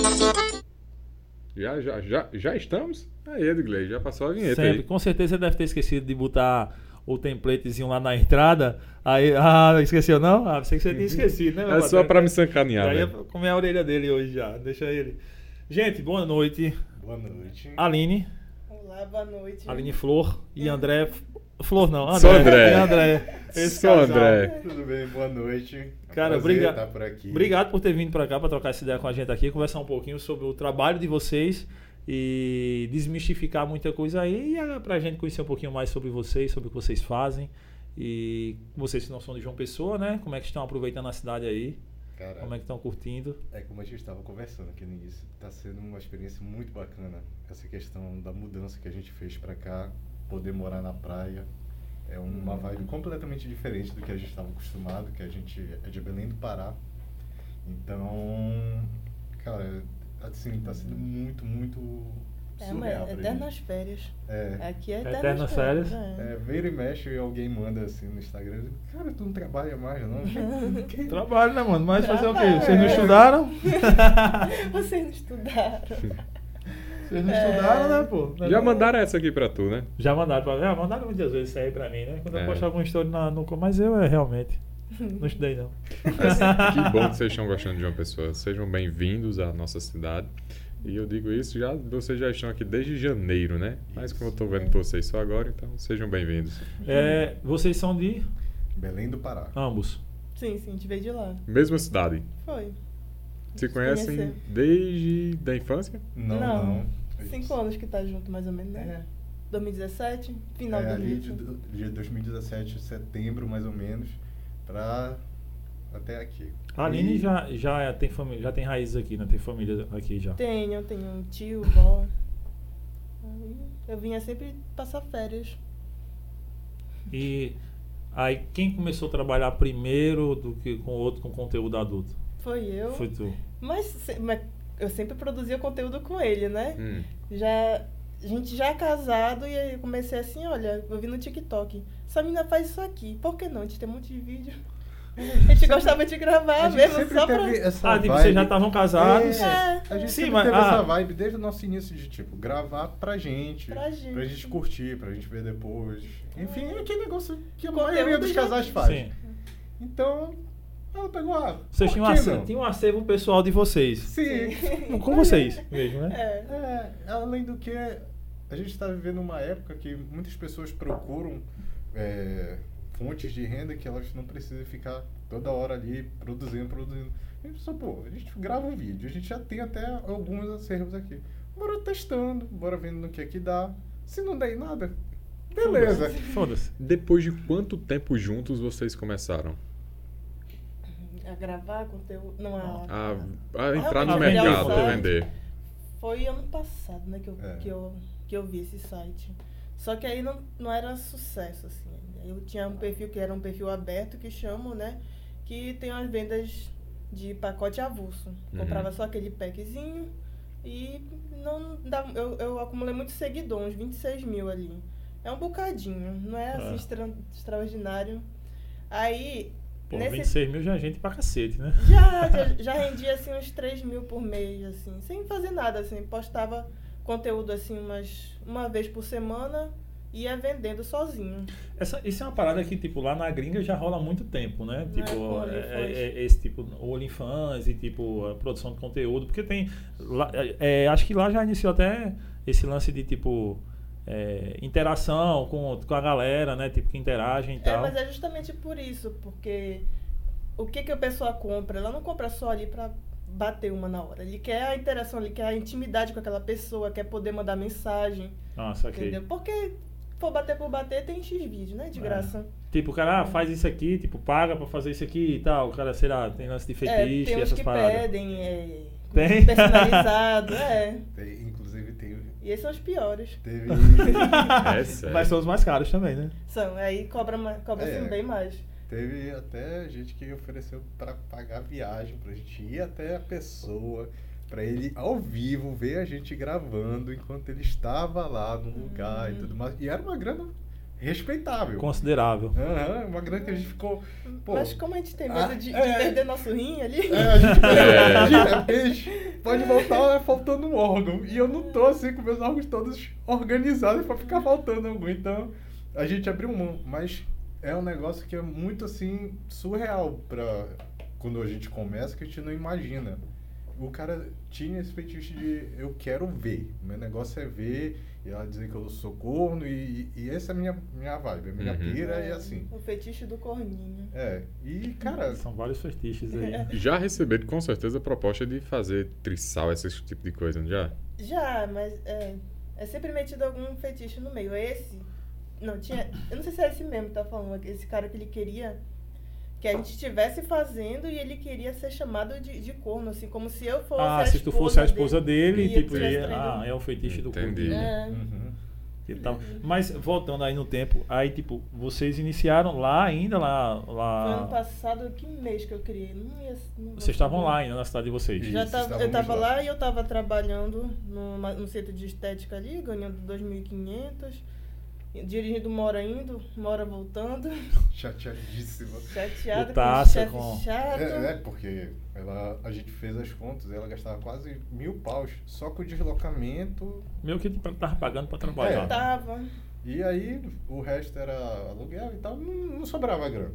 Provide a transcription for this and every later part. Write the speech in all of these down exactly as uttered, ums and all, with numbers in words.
Já, já, já, já estamos? Aí, Edgley, já passou a vinheta Sempre. aí. Com certeza você deve ter esquecido de botar o templatezinho lá na entrada. Aí, ah, esqueceu não? Ah, pensei que você tinha esquecido, né? Meu É patrão? só pra me sacanear, Já ia velho. comer a orelha dele hoje já. Deixa ele. Gente, boa noite. Boa noite. Aline, Olá, boa noite. Aline Flor e André. Flor não, André. Só André. E André. Esse Só casal. André. Tudo bem? Boa noite. É um Cara, prazer obriga- estar por aqui. Obrigado por ter vindo pra cá pra trocar essa ideia com a gente aqui, conversar um pouquinho sobre o trabalho de vocês e desmistificar muita coisa aí e é pra gente conhecer um pouquinho mais sobre vocês, sobre o que vocês fazem e vocês que não são de João Pessoa, né? Como é que estão aproveitando a cidade aí? Cara, Como é que estão curtindo? é como a gente estava conversando aqui no início. Tá sendo uma experiência muito bacana. Essa questão da mudança que a gente fez pra cá, poder morar na praia. É uma vibe completamente diferente do que a gente estava acostumado, que a gente é de Belém do Pará. Então, cara, assim, tá sendo muito, muito É, surreal mas pra eternas gente. férias. É. Aqui é eternas, Eternas férias. férias. É, vira e mexe e alguém manda assim no Instagram, cara, tu não trabalha mais não? Que- Trabalho, né, mano? Mas fazer o quê? Trabalho. Vocês não estudaram? É. Vocês não estudaram. Vocês não É. estudaram, né, pô? Já mandaram essa aqui pra tu, né? Já mandaram pra Já mandaram muitas vezes isso aí pra mim, né? Quando É. eu postar alguma história na, no... Mas eu, é, realmente, não estudei, não. Que bom que vocês estão gostando de uma pessoa. Sejam bem-vindos à nossa cidade. E eu digo isso, já vocês já estão aqui desde janeiro, né? Mas como eu tô vendo vocês só agora, então sejam bem-vindos. É, vocês são de Belém do Pará. ambos. Sim, sim, a gente veio de lá. Mesma cidade. Foi. Se conhecem Conheceu. desde da infância? Não, Não. não. Cinco anos que tá junto, mais ou menos, né? dois mil e dezessete, final É, de ali de, dois mil e vinte. de dois mil e dezessete, setembro mais ou menos, pra até aqui. A Aline E- já, já, tem família, já tem raízes aqui, né? Tem família aqui já. Tenho, tenho um tio bom. Aí eu vinha sempre passar férias. E aí, quem começou a trabalhar primeiro do que com o outro com conteúdo adulto? Foi eu. Foi tu. Mas, se- mas eu sempre produzia conteúdo com ele, né? Hum. Já, a gente já é casado e aí eu comecei assim, olha, eu vi no TikTok. Essa menina faz isso aqui. Por que não? A gente tem um monte de vídeo. A gente gostava de gravar A gente mesmo, sempre só pra... teve essa Ah, tipo, vibe- vocês já estavam casados? É. A gente Sim, sempre mas- teve ah. essa vibe desde o nosso início de, tipo, gravar pra gente. Pra gente. Pra gente curtir, pra gente ver depois. Enfim, é aquele negócio que a Conteúdo maioria dos já- casais faz. Sim. Então, ela pegou a... Vocês por tinham um, que acervo, não? tinham um acervo pessoal de vocês. Sim. Com vocês mesmo, né? É. É, além do que, a gente está vivendo uma época que muitas pessoas procuram é, fontes de renda que elas não precisam ficar toda hora ali produzindo, produzindo. A gente só, pô, a gente grava um vídeo, a gente já tem até alguns acervos aqui. Bora testando, bora vendo no que é que dá. Se não der em nada, beleza. Foda-se. Depois de quanto tempo juntos vocês começaram A gravar conteúdo. Não, a, a, a entrar no Realmente, mercado criar o para site. vender? Foi ano passado, né, que eu, É. que eu, que eu vi esse site. Só que aí não, não era sucesso, assim. Eu tinha um perfil que era um perfil aberto, que chamam, né? Que tem as vendas de pacote avulso. Uhum. Comprava só aquele packzinho e não dá, eu, eu acumulei muito seguidor, uns vinte e seis mil ali. É um bocadinho, não é assim É. extra, extraordinário. Aí, Pô, nesse vinte e seis mil já é gente pra cacete, né? já, já, já rendia assim uns três mil por mês, assim, sem fazer nada, assim, postava conteúdo assim umas, uma vez por semana e ia vendendo sozinho. Essa, isso é uma parada que, tipo, lá na gringa já rola há muito tempo, né? Não é Tipo, com é, OnlyFans. é- é esse tipo, o OnlyFans e, tipo, a produção de conteúdo. Porque tem... lá- é, é, acho que lá já iniciou até esse lance de, tipo, é, interação com, com a galera, né? Tipo, que interagem e É, tal. mas é justamente por isso, porque o que, que a pessoa compra? Ela não compra só ali pra bater uma na hora. Ele quer a interação, ele quer a intimidade com aquela pessoa, quer poder mandar mensagem, Ah, saquei. entendeu? Porque for bater por bater, tem X vídeo, né? De É. graça. Tipo, o cara ah, faz isso aqui, tipo, paga pra fazer isso aqui e tal. O cara, sei lá, tem lance de É, fetiche tem e uns essas que paradas. pedem, é, Tem? personalizado, é. Tem- inclusive, tem, E esses são os piores. teve... É sério. Mas são os mais caros também, né? São, aí cobra, ma- cobra É. assim, bem mais. Teve até gente que ofereceu para pagar viagem pra gente ir até a pessoa, pra ele ao vivo ver a gente gravando enquanto ele estava lá no lugar e Uhum. tudo mais. E era uma grana respeitável. Considerável. Aham, uma grana que a gente ficou. Pô, Mas como a gente tem medo ah, de, de é. perder nosso rim ali, é, a gente, É. a gente- a gente pode pode voltar faltando um órgão. E eu não tô assim com meus órgãos todos organizados pra ficar faltando algum. Então, a gente abriu mão. Mas é um negócio que é muito assim, surreal pra quando a gente começa, que a gente não imagina. O cara tinha esse fetiche de eu quero ver. Meu negócio é ver. E ela dizer que eu sou corno. E, e essa é a minha, minha vibe. A minha Uhum. pira É, é assim. O fetiche do corninho. É. E, cara... São vários fetiches aí. Já receberam com certeza a proposta de fazer trissal, esse tipo de coisa, não já? Já, mas é, é sempre metido algum fetiche no meio. Esse, não, tinha, eu não sei se é esse mesmo que tá falando, esse cara que ele queria que a gente estivesse fazendo e ele queria ser chamado de, de corno, assim, como se eu fosse Ah, a se tu fosse a esposa dele, e e tipo, tivesse ele, traído. ah, é o fetiche do Entendi. corno. É. Uhum. E tal. Mas voltando aí no tempo, aí tipo, vocês iniciaram lá ainda, lá. Foi ano lá... passado, que mês que eu criei? Não ia, não vou Vocês estavam saber. lá ainda na cidade de vocês. Isso. Já tava, eu estávamos tava lá. lá e eu tava trabalhando numa, no centro de estética ali, ganhando dois mil e quinhentos, dirigindo uma hora indo, uma hora voltando, Chateadíssima. chateada com o Putaça chefe com- chato. É, é, porque ela, a gente fez as contas e ela gastava quase mil paus só com o deslocamento. Meio que tipo, tava pagando pra trabalhar. É, né? Tava. E aí o resto era aluguel e tal, não, não sobrava grana.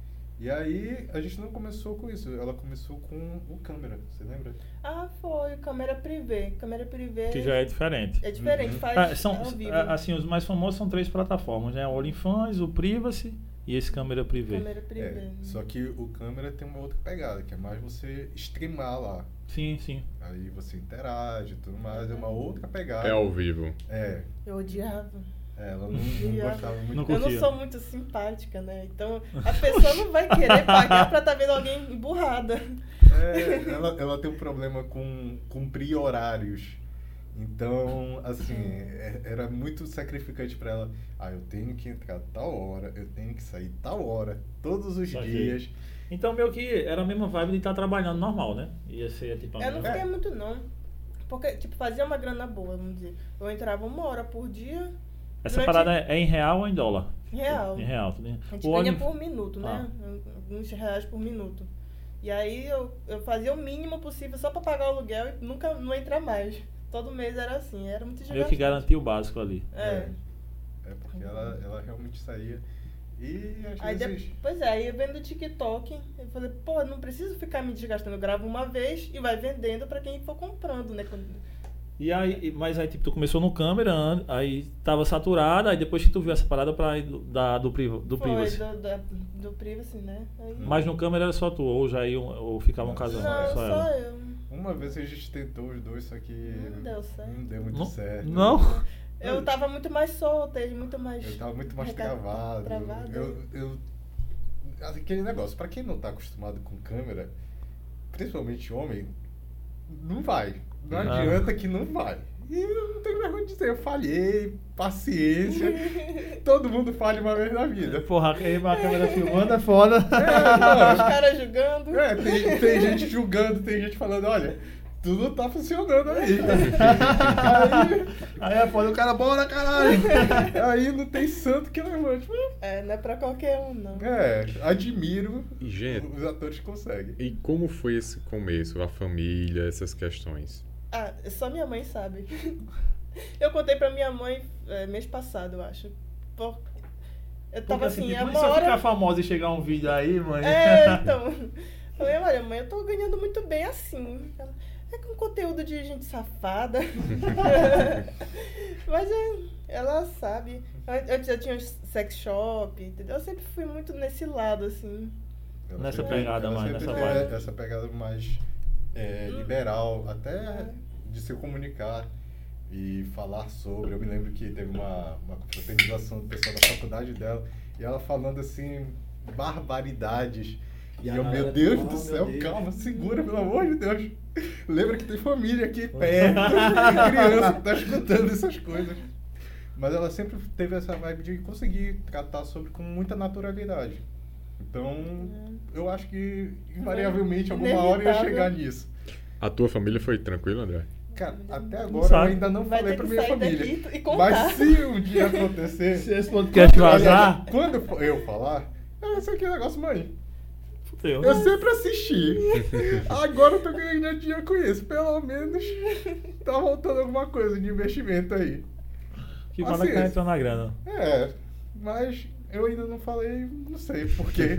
E aí a gente não começou com isso, ela começou com o câmera, você lembra? Ah, foi, câmera privê. Câmera privê Que já é diferente. é diferente, Uhum. faz Ah, são, ao vivo. ah, assim, os mais famosos são três plataformas, né? O OnlyFans, o Privacy e esse câmera privê. Câmera privê. É, só que o câmera tem uma outra pegada, que é mais você streamar lá. Sim, sim. Aí você interage e tudo mais, é uma outra pegada. É ao vivo. É, Eu odiava. é, ela não, não Eu- gostava muito. Não Eu não curtia. sou muito simpática, né? Então a pessoa não vai querer pagar pra estar vendo alguém emburrada. É, ela, ela tem um problema com cumprir horários. Então, assim, é- era muito sacrificante pra ela. Ah, eu tenho que entrar tal hora, eu tenho que sair tal hora, todos os Saquei. dias. Então, meio que era a mesma vibe de estar trabalhando normal, né? Ia ser tipo. a Eu não mesma- fiquei muito, não. Porque, tipo, fazia uma grana boa, vamos dizer. Eu entrava uma hora por dia, Essa durante- parada é é em real ou em dólar? real. Em real, tudo em- A gente O ganha Only- por minuto, né? Alguns reais por minuto. E aí eu, eu fazia o mínimo possível só pra pagar o aluguel e nunca não entrar mais. Todo mês era assim, era muito Meio que desgastante. garantia o básico ali. É. É porque ela, ela realmente saía. E às Aí de- vezes. Pois é, aí eu vendo o TikTok, eu falei, pô, não preciso ficar me desgastando. Eu gravo uma vez e vai vendendo pra quem for comprando, né? Quando- E aí, mas aí tipo, tu começou no câmera, an- aí tava saturada, aí depois que tu viu essa parada pra ir do, da, do, priva, do Foi, Privacy. do, da- do Privacy, né? Aí- Mas no câmera era só tu, ou já iam, ou ficavam Não, casando? Não, só só ela. eu. Uma vez a gente tentou os dois, só que. Não deu certo. Não deu muito Não? certo. Não? Eu tava muito mais solta, ele muito mais. Eu tava muito mais reca- travado. travado. Eu, eu, aquele negócio, pra quem não tá acostumado com câmera, principalmente homem, não vai. Não Ah. adianta que não vai. E eu não tenho vergonha de dizer, eu falhei, paciência. Todo mundo falha uma vez na vida. Porra, aí a câmera filmando é foda. Os caras julgando. É, tem, tem gente julgando, tem gente falando, olha, tudo tá funcionando aí. Aí é foda, o cara, bora caralho. aí, aí não tem santo que levante. É, não é pra qualquer um, não. É, admiro E, gente- os atores que conseguem. E como foi esse começo, a família, essas questões? Ah, só minha mãe sabe. Eu contei pra minha mãe é, mês passado, eu acho. Por... Eu tava Porque assim, assim, é tipo, uma se eu hora... ficar famosa e chegar um vídeo aí, mãe. É, então. Falei, olha, mãe, eu tô ganhando muito bem assim. Ela, é com conteúdo de gente safada. Mas é, ela sabe. Eu, eu já tinha um sex shop, entendeu? Eu sempre fui muito nesse lado, assim. Ela Nessa sempre- pegada ela mais, sempre nessa teve vibe. essa pegada mais é, Hum. liberal, até de se comunicar e falar sobre. Eu me lembro que teve uma, uma confraternização do pessoal da faculdade dela e ela falando assim, barbaridades. E E a eu, galera, meu Deus oh, do meu céu, Deus. calma, segura, pelo amor de Deus. Lembra que tem família aqui perto, tem criança que tá escutando essas coisas. Mas ela sempre teve essa vibe de conseguir tratar sobre com muita naturalidade. Então, eu acho que invariavelmente alguma hora ia Inevitável. chegar nisso. A tua família foi tranquila, André? Cara, até Não agora eu sabe. ainda não Vai falei ter pra que minha sair família. daqui e contar. Mas se um dia acontecer, Se esse podcast vazar, quando eu falar, é, esse aqui é o negócio, mãe. teu. Eu sempre assisti. Agora eu tô ganhando dinheiro com isso. Pelo menos tá voltando alguma coisa de investimento aí. Que fala que tá Paciência. entrando na grana. É, mas eu ainda não falei, não sei porquê.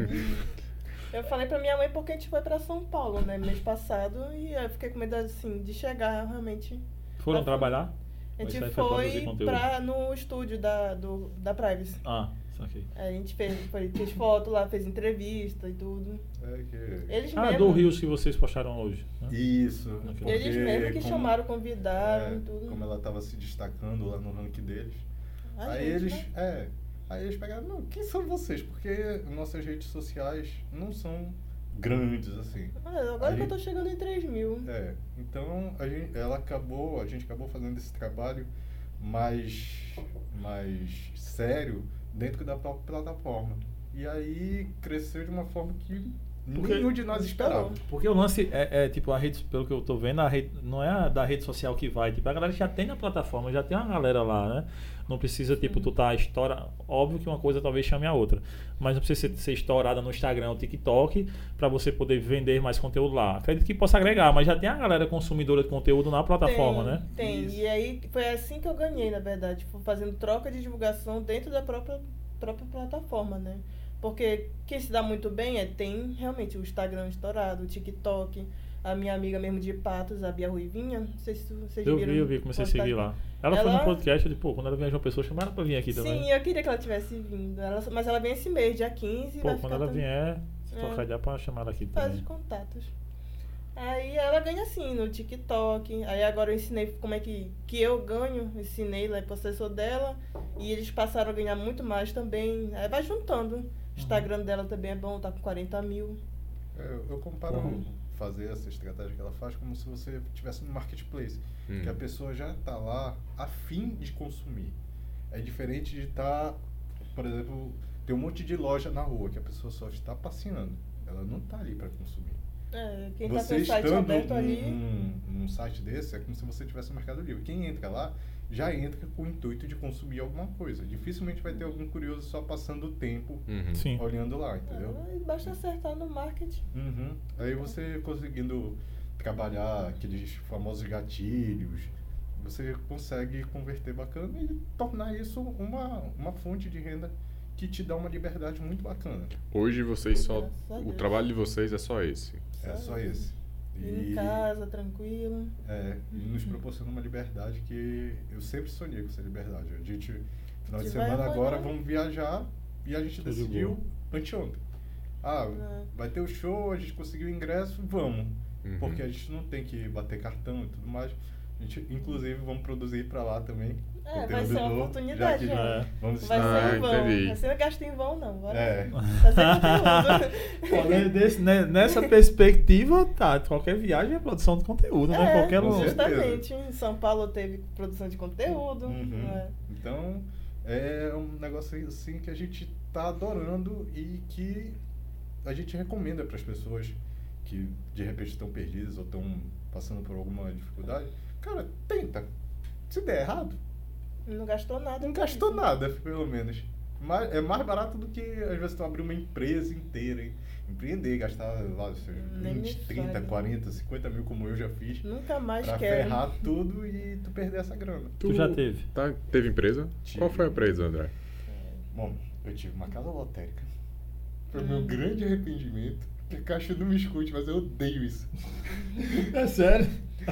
Eu falei pra minha mãe porque a gente foi pra São Paulo, né, mês passado, e eu fiquei com medo, assim, de chegar realmente. Foram Pra- trabalhar? A Ou gente isso aí foi produzir foi conteúdo? pra, no estúdio da, do, da Privacy. Ah, isso aqui. A gente fez, foi, fez foto lá, fez entrevista e tudo. É que... Eles Ah, mesmo. do Rios que vocês postaram hoje. Né? Isso. Eles porque mesmo que como- chamaram, convidaram é, e tudo. Como ela tava se destacando lá no ranking deles. A aí gente, eles. né? É. Aí eles pegaram, não, quem são vocês? Porque nossas redes sociais não são grandes assim. Ah, agora Aí- que eu tô chegando em três mil. É, então a gente, ela acabou, a gente acabou fazendo esse trabalho mais, mais sério dentro da própria plataforma. E aí cresceu de uma forma que Porque- nenhum de nós esperava. Porque o lance é, é, tipo, a rede, pelo que eu tô vendo, a rede, não é a da rede social que vai. Tipo, a galera já tem na plataforma, já tem uma galera lá, né? Não precisa, tipo, tu tá estoura. Óbvio que uma coisa talvez chame a outra. Mas não precisa ser, ser estourada no Instagram ou TikTok pra você poder vender mais conteúdo lá. Acredito que possa agregar, mas já tem a galera consumidora de conteúdo na plataforma, tem, né? Tem, Isso. e aí foi assim que eu ganhei, na verdade, tipo, fazendo troca de divulgação dentro da própria, própria plataforma, né? Porque quem se dá muito bem é, tem realmente o Instagram estourado, o TikTok, a minha amiga mesmo de Patos, a Bia Ruivinha, não sei se vocês Eu viram. vi, eu vi, comecei a postagem. seguir lá. Ela, foi Ela- no podcast, eu disse, pô, quando ela vier de uma pessoa, chama ela pra vir aqui também. Sim, eu queria que ela tivesse vindo, ela, mas ela vem esse mês, dia quinze. Pô, vai quando ficar ela também- vier, se É. tocar já pra chamar ela aqui Faz os também. contatos. Aí ela ganha assim no TikTok. Aí agora eu ensinei como é que, que eu ganho. Ensinei lá pro assessor dela. E eles passaram a ganhar muito mais também. Aí vai juntando. O Instagram dela também é bom, tá com quarenta mil. É, eu comparo Uhum. fazer essa estratégia que ela faz como se você estivesse no marketplace. Hum. Que a pessoa já está lá a fim de consumir. É diferente de estar, por exemplo, tem um monte de loja na rua que a pessoa só está passeando. Ela não está ali para consumir. É, quem tá com Você o site estando aberto num, ali. num, num site desse, é como se você estivesse no Mercado Livre. Quem entra lá, já entra com o intuito de consumir alguma coisa. Dificilmente vai ter algum curioso só passando o tempo Uhum. Sim. olhando lá, entendeu? Ah, basta acertar no marketing. Uhum. Aí você conseguindo trabalhar aqueles famosos gatilhos, você consegue converter bacana e tornar isso uma, uma fonte de renda que te dá uma liberdade muito bacana. Hoje vocês só. Graças a O Deus. trabalho de vocês é só esse. É só esse. Ir em casa, tranquilo. É, e nos proporciona uma liberdade que eu sempre sonhei com essa liberdade. A gente, final de Que vai semana agora, amanhã. vamos viajar e a gente Tudo decidiu bom. anteontem. Ah, É. vai ter o show, a gente conseguiu o ingresso, vamos. Uhum. Porque a gente não tem que bater cartão e tudo mais. A gente, inclusive, vamos produzir pra lá também. É, conteúdo vai ser uma novo, oportunidade, já que né? Vamos Vai estar... ser em vão. entendi. Vai ser gasto em vão, não. Bora É. fazer conteúdo. Pô, né, desse- né, nessa perspectiva, tá, qualquer viagem é produção de conteúdo, né? É, Qualquer com lugar. certeza. justamente. Em São Paulo teve produção de conteúdo. Uhum. É. Então, é um negócio assim que a gente tá adorando e que a gente recomenda para as pessoas que de repente estão perdidas ou estão passando por alguma dificuldade. Cara, tenta. Se der errado, Não gastou nada. não gastou nada, pelo menos. Mas é mais barato do que às vezes tu abrir uma empresa inteira, hein? Empreender, gastar lá, seus Nem me vinte, trinta, fale. quarenta, cinquenta mil como eu já fiz. Nunca mais Pra quero. ferrar tudo e tu perder essa grana. Tu já teve? Tá, teve empresa? Tive. Qual foi a empresa, André? Bom, eu tive uma casa lotérica. Foi o Hum. meu grande arrependimento. Que a Caixa não me escute, mas eu odeio isso. É sério?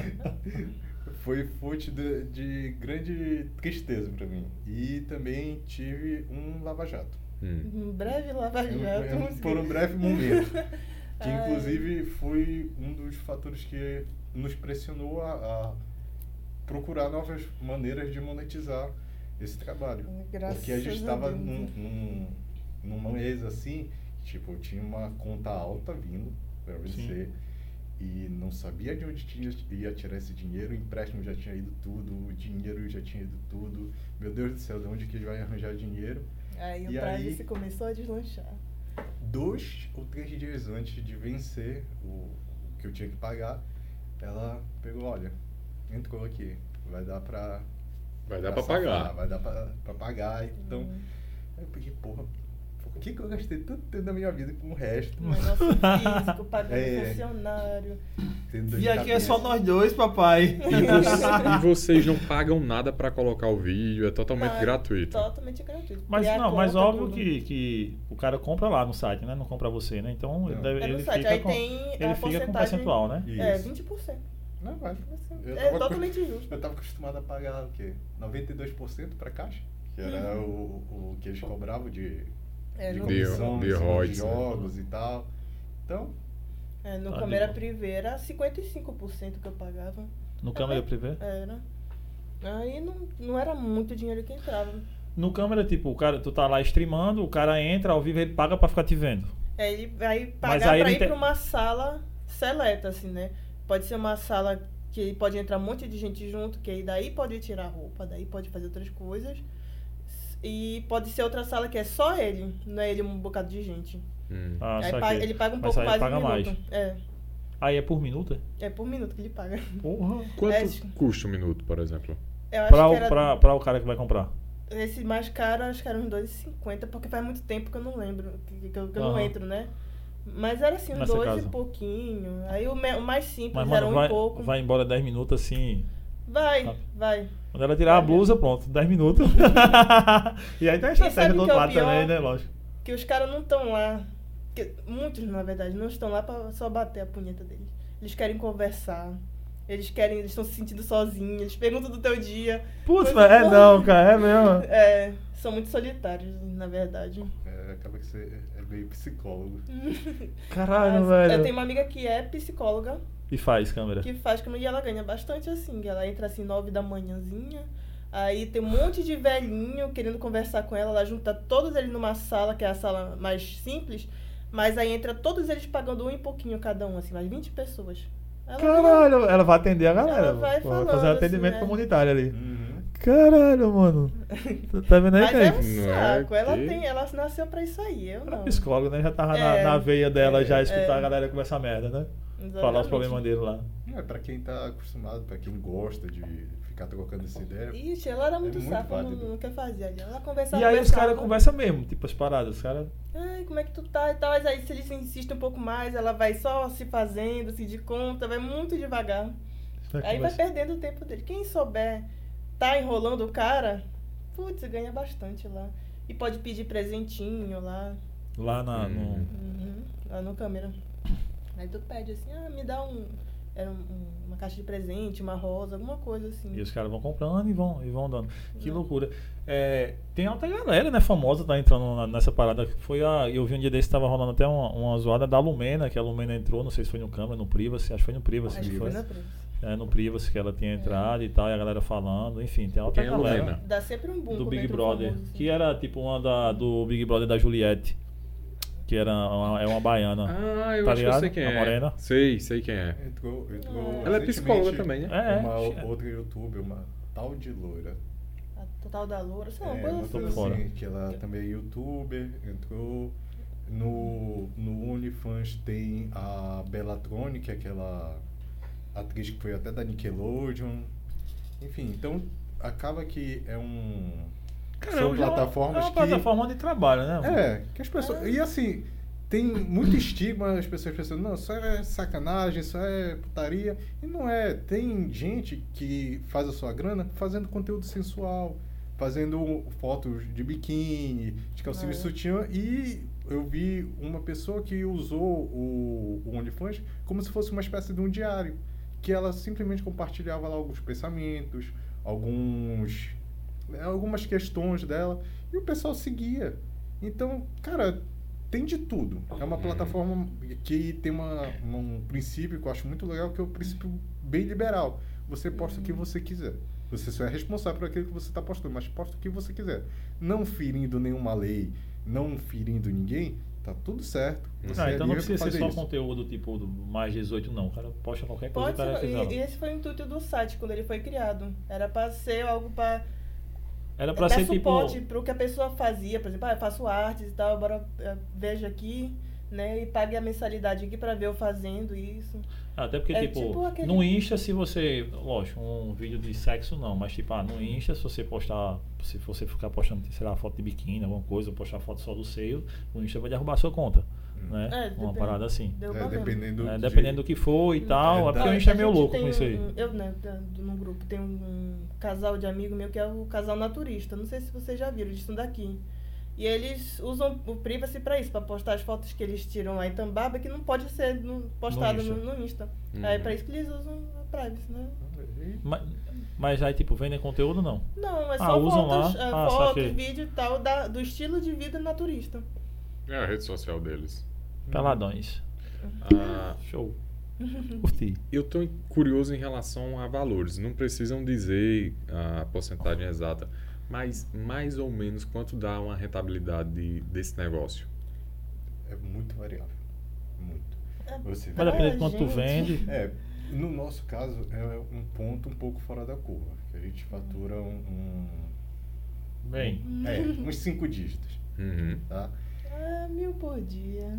Foi fonte de, de grande tristeza pra mim. E também tive um lava-jato. Hum. Um breve lava-jato. Um- um- Por um breve momento. Que Ai. inclusive foi um dos fatores que nos pressionou a, a procurar novas maneiras de monetizar esse trabalho. Graças Porque a gente a estava Deus. num, num, num mês assim, tipo, tinha uma conta alta vindo para vencer e não sabia de onde tinha, ia tirar esse dinheiro, o empréstimo já tinha ido tudo, o dinheiro já tinha ido tudo. Meu Deus do céu, de onde que vai arranjar dinheiro? Aí o E aí- Privacy começou a deslanchar. Dois ou três dias antes de vencer o, o que eu tinha que pagar, ela pegou, olha, entrou aqui, vai dar pra... Vai dar pra safar, pagar. Vai dar pra, pra pagar, então... Hum. Aí eu peguei, porra, por que, que eu gastei tanto tempo da minha vida com o resto? Um negócio físico, pagando É. funcionário. Tendo dor de E aqui é só cabeça. nós dois, papai. E, você- e vocês não pagam nada pra colocar o vídeo, é totalmente Mas gratuito. Totalmente gratuito. Mas Criar não, mas conta, óbvio tudo. que, que o cara compra lá no site, né? Não compra você, né? Então ele, Não. deve, É no ele site, fica aí com, tem ele a fica com porcentagem- percentual, né? É, Isso. vinte por cento. Não, vai. Eu É tava totalmente acos- justo. Eu tava acostumado a pagar o quê? noventa e dois por cento pra caixa, que era Uhum. o, o que eles cobravam de, É, de no, De- comissão, de em cima royalties, de né? jogos e tal. Então, é, no Tá câmera de boa. privê era cinquenta e cinco por cento que eu pagava. No câmera privê. Era. Aí não, não era muito dinheiro que entrava. No câmera, tipo, o cara, tu tá lá streamando, o cara entra ao vivo, ele paga pra ficar te vendo. É, ele vai Mas pagar aí pra ele ir tem- pra uma sala seleta, assim, né? Pode ser uma sala que pode entrar um monte de gente junto, que aí daí pode tirar roupa, daí pode fazer outras coisas. E pode ser outra sala que é só ele, não é ele um bocado de gente. Hum. Ah, aí saquei. paga- ele paga um Mas pouco aí mais paga no mais. minuto. É, Aí é por minuto? é por minuto que ele paga. Porra. Quanto É, custa um minuto, por exemplo? Eu acho Pra, que o- era, pra, pra o cara que vai comprar. esse mais caro, acho que era uns dois e cinquenta, porque faz muito tempo que eu não lembro, que, que eu, que eu não Aham. entro, né? Mas era assim, uns Nessa dois casa. e pouquinho. Aí o, me- o mais simples Mas, era mano, um vai, e pouco. vai embora dez minutos assim. Vai, Tá. vai. Quando ela tirar a Vai blusa, pronto, dez minutos. e aí tem a sabe estratégia do que outro é o lado pior? também, né? Lógico. Que os caras não estão lá. Que, muitos, na verdade, não estão lá pra só bater a punheta deles. Eles querem conversar. Eles querem, eles estão se sentindo sozinhos. Eles perguntam do teu dia. Putz, Coisa mas é boa. não, cara, é mesmo. É, são muito solitários, na verdade. é, acaba que você é meio psicólogo. Caralho, Mas velho. Eu tenho uma amiga que é psicóloga, E faz câmera. que faz como e ela ganha bastante assim. Ela entra assim nove da manhãzinha. Aí tem um monte de velhinho querendo conversar com ela. Ela junta todos eles numa sala, que é a sala mais simples. Mas aí entra todos eles pagando um e pouquinho cada um, assim, mais vinte pessoas. Ela Caralho, ela vai atender a galera. Ela vai pô, falando, fazer um atendimento assim, né? comunitário ali. Uhum. Caralho, mano. Tá- Tá vendo aí, Mas é cara? um Não é saco. Ela, que- tem, ela nasceu pra isso aí, eu Ela é não. psicóloga, né? Já tava na, É, na veia dela é, já escutar é. a galera conversar merda, né? Falar os Exatamente. problemas dele lá. É, pra quem tá acostumado, pra quem gosta de ficar trocando essa ideia. Ixi, ela era muito, É muito safa, não, válido. não quer fazer ali. Ela conversava. E aí os conversava. caras conversam mesmo, tipo as paradas. Os caras. Ai, como é que tu tá e tal. Mas aí se eles insistem um pouco mais, ela vai só se fazendo, se de conta, vai muito devagar. Aí vai perdendo o tempo dele. Quem souber tá enrolando o cara, putz, ganha bastante lá. E pode pedir presentinho lá, Lá na. no- Hum. uhum, lá no câmera. Aí tu pede assim, ah, me dá um, era um- um- uma caixa de presente, uma rosa, alguma coisa assim. E os caras vão comprando e vão, e vão dando. Que Uhum. loucura. É, tem outra galera, né, famosa, tá entrando na- nessa parada. Foi a, eu vi um dia desse, tava rolando até uma, uma zoada da Lumena, que a Lumena entrou, não sei se foi no câmera, no Privacy, acho que foi no Privacy. Acho que foi. foi na Privacy. É, no Privacy que ela tinha entrado e tal, e a galera falando, enfim, tem outra Quem é a galera. Lumena? Dá sempre um boom Do quando Big entra um Brother, famoso, assim. que era tipo uma da, do Big Brother da Juliette, que era uma, é uma baiana. Ah, eu Tá acho que eu ligado? sei quem A é. morena? Sei, sei quem é. Entrou, entrou Ela é recentemente psicóloga também, né? É, Uma é. outra youtuber, uma tal de loira. A Total da Loura, sei lá, uma É, coisa uma assim. tô coisa fora. assim, que ela também é youtuber, entrou. No, no OnlyFans tem a Bellatrone, que é aquela atriz que foi até da Nickelodeon. Enfim, então acaba que é um. Cara, são já é uma- plataformas é uma que. plataforma de trabalho, né? mano? É, que as pessoas. E assim, tem muito estigma, as pessoas pensando, não, isso é sacanagem, isso é putaria. E não é. Tem gente que faz a sua grana fazendo conteúdo sensual, fazendo fotos de biquíni, de calcinha Ah, de é? sutiã. E eu vi uma pessoa que usou o, o OnlyFans como se fosse uma espécie de um diário. Que ela simplesmente compartilhava lá alguns pensamentos, alguns algumas questões dela, e o pessoal seguia. Então, cara, tem de tudo. É uma plataforma que tem uma, uma- um princípio que eu acho muito legal, que é o princípio bem liberal. Você posta o que você quiser. Você só é responsável por aquilo que você está postando, mas posta o que você quiser. Não ferindo nenhuma lei, não ferindo ninguém, tá tudo certo. Você Ah, é então não livre precisa pra ser fazer só isso. conteúdo tipo do mais dezoito, não. O cara posta qualquer coisa Pode que o cara ser, quiser. lá. e, e esse foi o intuito do site quando ele foi criado. Era pra ser algo pra Era pra dar ser tipo. suporte pro que a pessoa fazia. Por exemplo, ah, eu faço artes e tal, bora eh, veja aqui, né? E pague a mensalidade aqui pra ver eu fazendo isso. Até porque, É tipo, tipo aquele- no Insta, se você. Lógico, um vídeo de sexo não, mas tipo, ah, no Insta, se você postar. Se você ficar postando, sei lá, foto de biquíni, alguma coisa, ou postar foto só do seio, o Insta vai derrubar a sua conta. Né? É, Uma depende- parada assim. Deu É, problema. dependendo, É, de- dependendo do que for e tal. É, É porque da- o Insta é A meio gente louco tem com isso aí. um- Eu, né, da- do- no grupo, tem um casal de amigo meu que é o casal naturista. Não sei se vocês já viram, eles estão daqui. E eles usam o Privacy pra isso, pra postar as fotos que eles tiram lá em Tambaba, que não pode ser no- postado No no, Insta. no Insta. Uhum. Aí é pra isso que eles usam a Privacy, né? Mas, mas aí, tipo, vendem conteúdo não? Não, é Ah, só usam fotos, lá? é, Ah, fotos, saquei. vídeo e tal, da, do estilo de vida naturista. É a rede social deles. Peladões. Ah, Show. Curti. eu estou curioso em relação a valores. Não precisam dizer a porcentagem exata, mas mais ou menos quanto dá uma rentabilidade de- desse negócio? É muito variável. Muito. É, Você Vai vê. depender de Ah, quanto tu gente. vende. É, no nosso caso, é um ponto um pouco fora da curva. Que a gente fatura um. um- Bem, é, uns cinco dígitos. Uhum. Tá? Ah, mil por dia.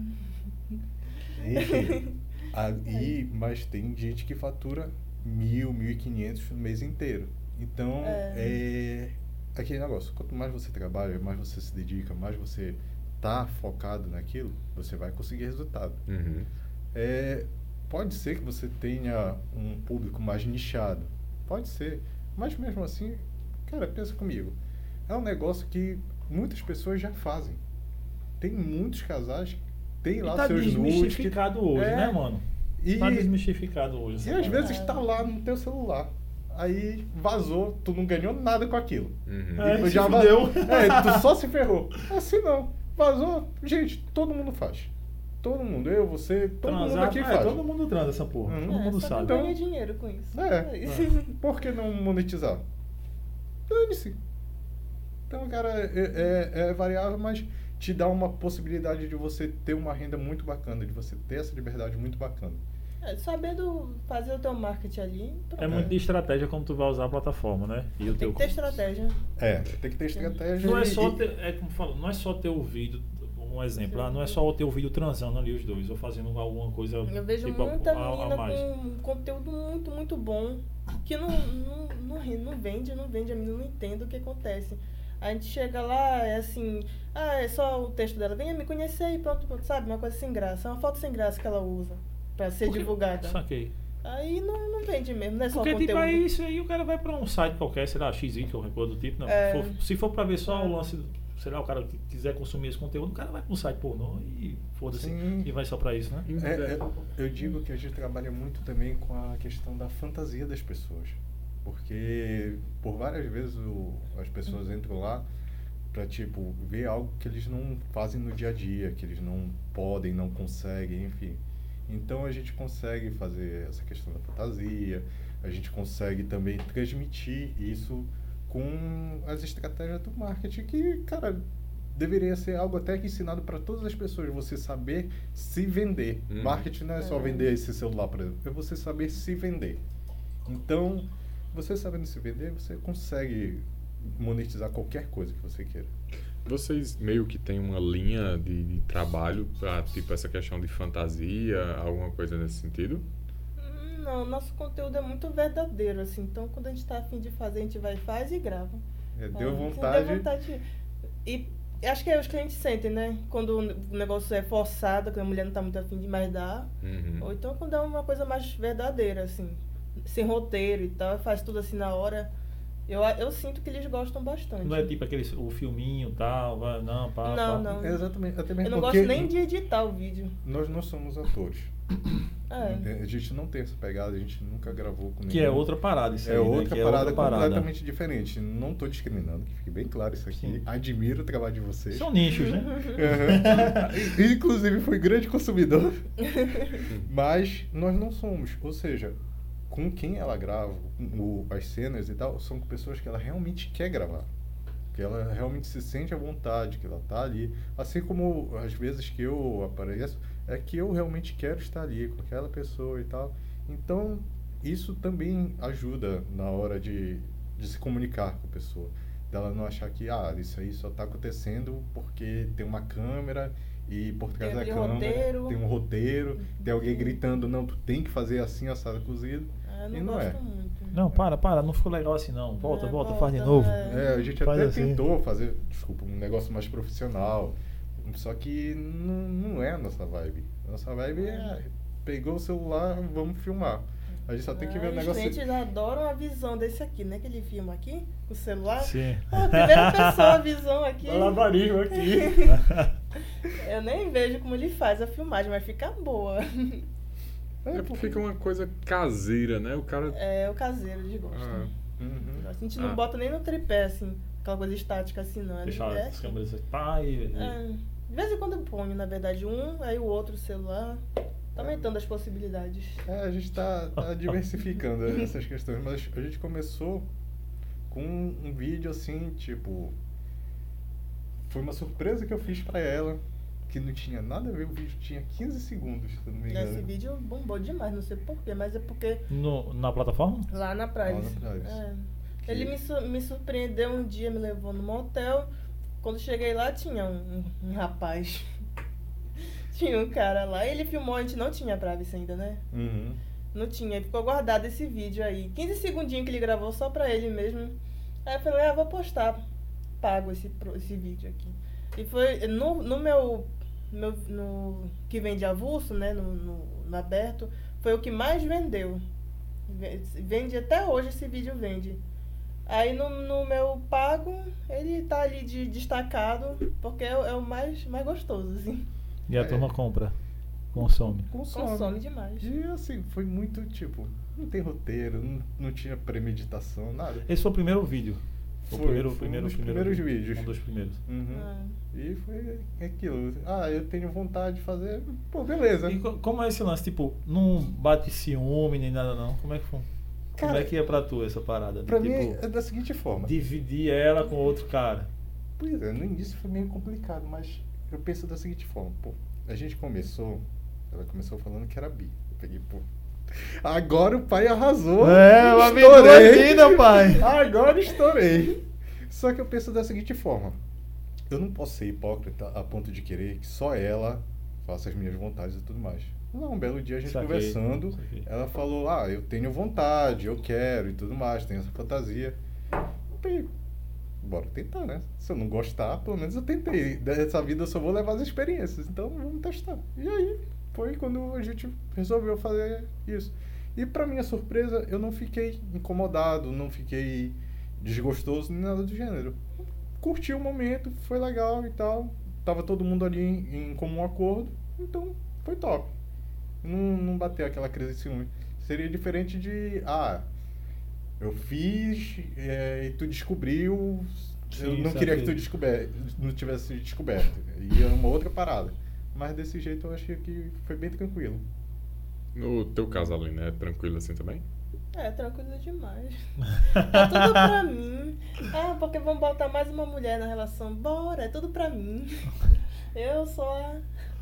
Enfim, aí, mas tem gente que fatura mil, mil e quinhentos no mês inteiro. Então, é. é aquele negócio. Quanto mais você trabalha, mais você se dedica, mais você tá focado naquilo, você vai conseguir resultado. Uhum. É, pode ser que você tenha um público mais nichado. Pode ser. Mas mesmo assim, cara, pensa comigo. É um negócio que muitas pessoas já fazem. Tem muitos casais que têm e lá tá seus nudes. Que, desmistificado hoje, É. né, mano? e, Tá desmistificado hoje. e essa às parada. vezes está lá no teu celular. Aí vazou, tu não ganhou nada com aquilo. Uhum. É, E tu se já va- fudeu. É, tu só se ferrou. Assim não. Vazou. Gente, todo mundo faz. Todo mundo. Eu, você, todo mundo Transar, aqui é, faz. todo mundo transa essa porra. Uhum. Todo mundo É, só sabe. que ganha dinheiro com isso. É. isso. Por que não monetizar? Dane-se. Então, cara, é, é, é variável, mas te dá uma possibilidade de você ter uma renda muito bacana, de você ter essa liberdade muito bacana. É, sabendo fazer o teu marketing ali, pronto. É muito de estratégia como tu vai usar a plataforma, né? E o Tem teu que ter estratégia. É, tem que ter estratégia. Não é e- só e- ter, é como falo, não é só ter o vídeo, um exemplo, ah, não é só ter o vídeo transando ali os dois, ou fazendo alguma coisa Eu vejo tipo, muita a, a menina mais. com conteúdo muito, muito bom que não, não, não, ri- não vende, não vende, a menina não entende o que acontece. A gente chega lá, é assim, ah, é só o texto dela, venha me conhecer e pronto, pronto, sabe? Uma coisa sem graça, é uma foto sem graça que ela usa pra ser Porque- divulgada. Saquei. Aí não, não vende mesmo, não é só Porque conteúdo. tipo, é isso aí, o cara vai pra um site qualquer, sei lá, X vídeo, qualquer coisa do tipo, não. É. For- se for pra ver só o lance, sei lá, o cara que quiser consumir esse conteúdo, o cara vai pra um site pornô e foda-se, Sim. e vai só pra isso, né? É, é, eu digo que a gente trabalha muito também com a questão da fantasia das pessoas. Porque por várias vezes o- as pessoas entram lá para tipo, ver algo que eles não fazem no dia a dia, que eles não podem, não conseguem, enfim. Então a gente consegue fazer essa questão da fantasia, a gente consegue também transmitir isso com as estratégias do marketing que, cara, deveria ser algo até que ensinado para todas as pessoas, você saber se vender. Uhum. Marketing não é só É. vender esse celular, por exemplo, é você saber se vender. Então, você sabendo se vender, você consegue monetizar qualquer coisa que você queira. Vocês meio que têm uma linha de, de trabalho para tipo essa questão de fantasia, alguma coisa nesse sentido? Hum, Não, nosso conteúdo é muito verdadeiro, assim, então quando a gente tá afim de fazer, a gente vai e faz e grava. É, deu É, vontade. Deu vontade. E acho que aí os clientes sentem, né? Quando o negócio é forçado, quando a mulher não tá muito afim de mais dar. Uhum. Ou então quando é uma coisa mais verdadeira, assim, sem roteiro e tal, faz tudo assim na hora. Eu, eu sinto que eles gostam bastante. Não é tipo aquele o filminho e tal, vai, não, pá, Não, pá. não. É, exatamente. Até Eu mesmo não porque gosto nem de editar o vídeo. nós não somos atores. É. A gente não tem essa pegada, a gente nunca gravou com Que é outra parada isso É aí, né? outra Que é parada outra parada. completamente diferente. Não estou discriminando, que fique bem claro isso aqui. Sim. Admiro o trabalho de vocês. São nichos, né? Uhum. Inclusive, fui grande consumidor. Mas nós não somos. Ou seja, com quem ela grava, o, as cenas e tal, são com pessoas que ela realmente quer gravar. Que ela realmente se sente à vontade, que ela tá ali. Assim como às vezes que eu apareço, é que eu realmente quero estar ali com aquela pessoa e tal. Então, isso também ajuda na hora de, de se comunicar com a pessoa. Dela não achar que, ah, isso aí só está acontecendo porque tem uma câmera e por Tem trás da aquele câmera roteiro. tem um roteiro, tem alguém gritando, não, tu tem que fazer assim, assado cozido. Ah, eu não E não gosto é. muito. Não, para, para, não ficou legal assim não. Volta, É, volta, faz de volta, novo. é. É, a gente Faz até assim. tentou fazer, desculpa, um negócio mais profissional. Só que não, não é a nossa vibe. A nossa vibe é, pegou o celular, vamos filmar. A gente só tem que ver o Os negócio. clientes adoram a visão desse aqui, né? Que ele filma aqui, com o celular. Sim. Pô, primeira pessoa a visão aqui. Malabarismo aqui. Eu nem vejo como ele faz a filmagem, mas fica boa. É porque fica uma coisa caseira, né? O cara. É o caseiro, eles gostam. Ah, Uhum. A gente não Ah. bota nem no tripé, assim, aquela coisa estática assim, não. É Deixar é as assim. câmeras assim, pá, e, e- É, de vez em quando eu ponho, na verdade, um, aí o outro celular. Tá aumentando as possibilidades. É, a gente tá, tá diversificando essas questões, mas a gente começou com um vídeo assim, tipo. Foi uma surpresa que eu fiz pra ela, que não tinha nada a ver, o vídeo tinha quinze segundos, se eu não me engano. Esse vídeo bombou demais, não sei porquê, mas é porque No, na plataforma? lá na Privacy. Lá na Privacy. É. Que- Ele me, su- me surpreendeu um dia, me levou num motel. Quando cheguei lá, tinha um, um, um rapaz. Tinha um cara lá. Ele filmou, a gente não tinha Privacy ainda, né? Uhum. Não tinha, ficou guardado esse vídeo aí. quinze segundinhos que ele gravou só pra ele mesmo. Aí eu falei, ah, vou postar. Pago esse, pro- esse vídeo aqui. E foi no, no meu, meu. No, que vende avulso, né? No, no, no aberto. Foi o que mais vendeu. Ve- Vende até hoje, esse vídeo vende. Aí no, no meu pago, ele tá ali de destacado, porque é, o- é o mais, mais gostoso, assim. E a É. turma compra, consome. Consome. Consome demais. E assim, foi muito tipo, não tem roteiro, não, não tinha premeditação, nada. Esse foi o primeiro vídeo. O Foi, primeiro, foi um primeiro, dos primeiro primeiros vídeos. Um dos primeiros. Uhum. Ah. E foi aquilo. Ah, eu tenho vontade de fazer. Pô, beleza. E co- como é esse lance? Tipo, não bate ciúme nem nada não? Como é que foi? Como Cara, é que é pra tu essa parada? De, Pra tipo, mim é da seguinte forma. dividir ela com outro cara. Pois é, no início foi meio complicado, mas eu penso da seguinte forma, pô, a gente começou, ela começou falando que era bi. Eu peguei, pô, agora o pai arrasou. É, uma estourei. vida, pai. Agora estourei. Só que eu penso da seguinte forma, eu não posso ser hipócrita a ponto de querer que só ela faça as minhas vontades e tudo mais. Lá, um belo dia a gente Saquei, conversando, saquei. ela falou, ah, eu tenho vontade, eu quero e tudo mais, tenho essa fantasia. Eu falei, bora tentar, né? Se eu não gostar, pelo menos eu tentei. Dessa vida eu só vou levar as experiências, então vamos testar. E aí, foi quando a gente resolveu fazer isso. E pra minha surpresa, eu não fiquei incomodado, não fiquei desgostoso, nem nada do gênero. Curti o momento, foi legal e tal. Tava todo mundo ali em, em comum acordo, então foi top. Não, não bateu aquela crise de ciúme. Seria diferente de, ah, eu fiz é, e tu descobriu, eu Sim, não queria que saquei. tu descober, não tivesse descoberto. E é uma outra parada. Mas desse jeito eu achei que foi bem tranquilo. No teu caso, Aline, é tranquilo assim também? É, tranquilo demais. É tudo pra mim. Ah, porque vamos botar mais uma mulher na relação. Bora, é tudo pra mim. Eu sou a,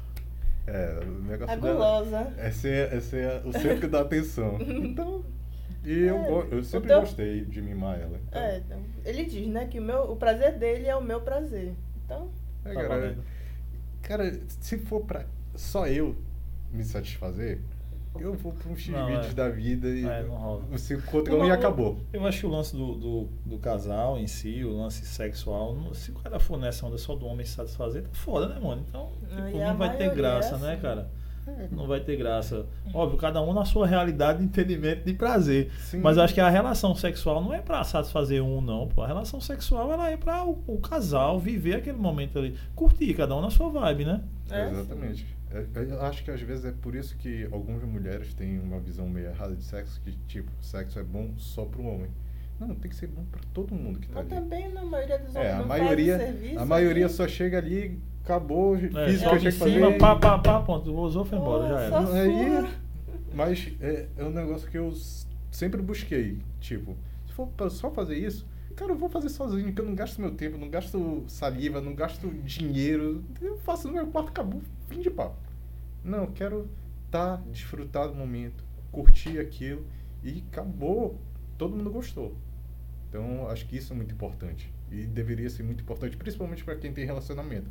É, o negócio a dela gulosa. é ser, é ser o centro da atenção. Então, e eu, É, go- eu o sempre teu- gostei de mimar ela. Então, É, então, ele diz, né, que o, meu, o prazer dele é o meu prazer. Então, é, Tá cara, valendo. cara, se for pra só eu me satisfazer, eu vou pra um X Não, vídeos é. da vida e É, não rola. você encontra Eu- um e eu- acabou. Eu acho que o lance do, do, do casal em si, o lance sexual, não- se o cara for nessa onda só do homem se satisfazer, tá foda, né, mano? Então, Ah, tipo, e a não vai ter maioria graça, é né, assim. cara? É. Não vai ter graça. Óbvio, cada um na sua realidade de entendimento de prazer. Sim. Mas eu acho que a relação sexual não é pra satisfazer um, não. Pô. A relação sexual ela é pra o, o casal viver aquele momento ali. Curtir, cada um na sua vibe, né? É, Exatamente. É, Eu acho que às vezes é por isso que algumas mulheres têm uma visão meio errada de sexo, que tipo, sexo é bom só pro homem. Não, tem que ser bom pra todo mundo que tá mas ali. também na maioria dos homens É, a não maioria, faz o serviço. a maioria ali. só chega ali, acabou, É, fiz o que sobe eu em tinha que fazer. cima, pá, pá, pá, ponto. Usou, foi embora, já Pô, era. só Aí, surra. mas é, é um negócio que eu s- sempre busquei. Tipo, se for pra só fazer isso, cara, eu vou fazer sozinho, porque eu não gasto meu tempo, não gasto saliva, não gasto dinheiro. Eu faço no meu quarto, acabou, fim de papo. Não, eu quero tá, desfrutar do momento, curtir aquilo e acabou. Todo mundo gostou. Então, acho que isso é muito importante. E deveria ser muito importante, principalmente para quem tem relacionamento.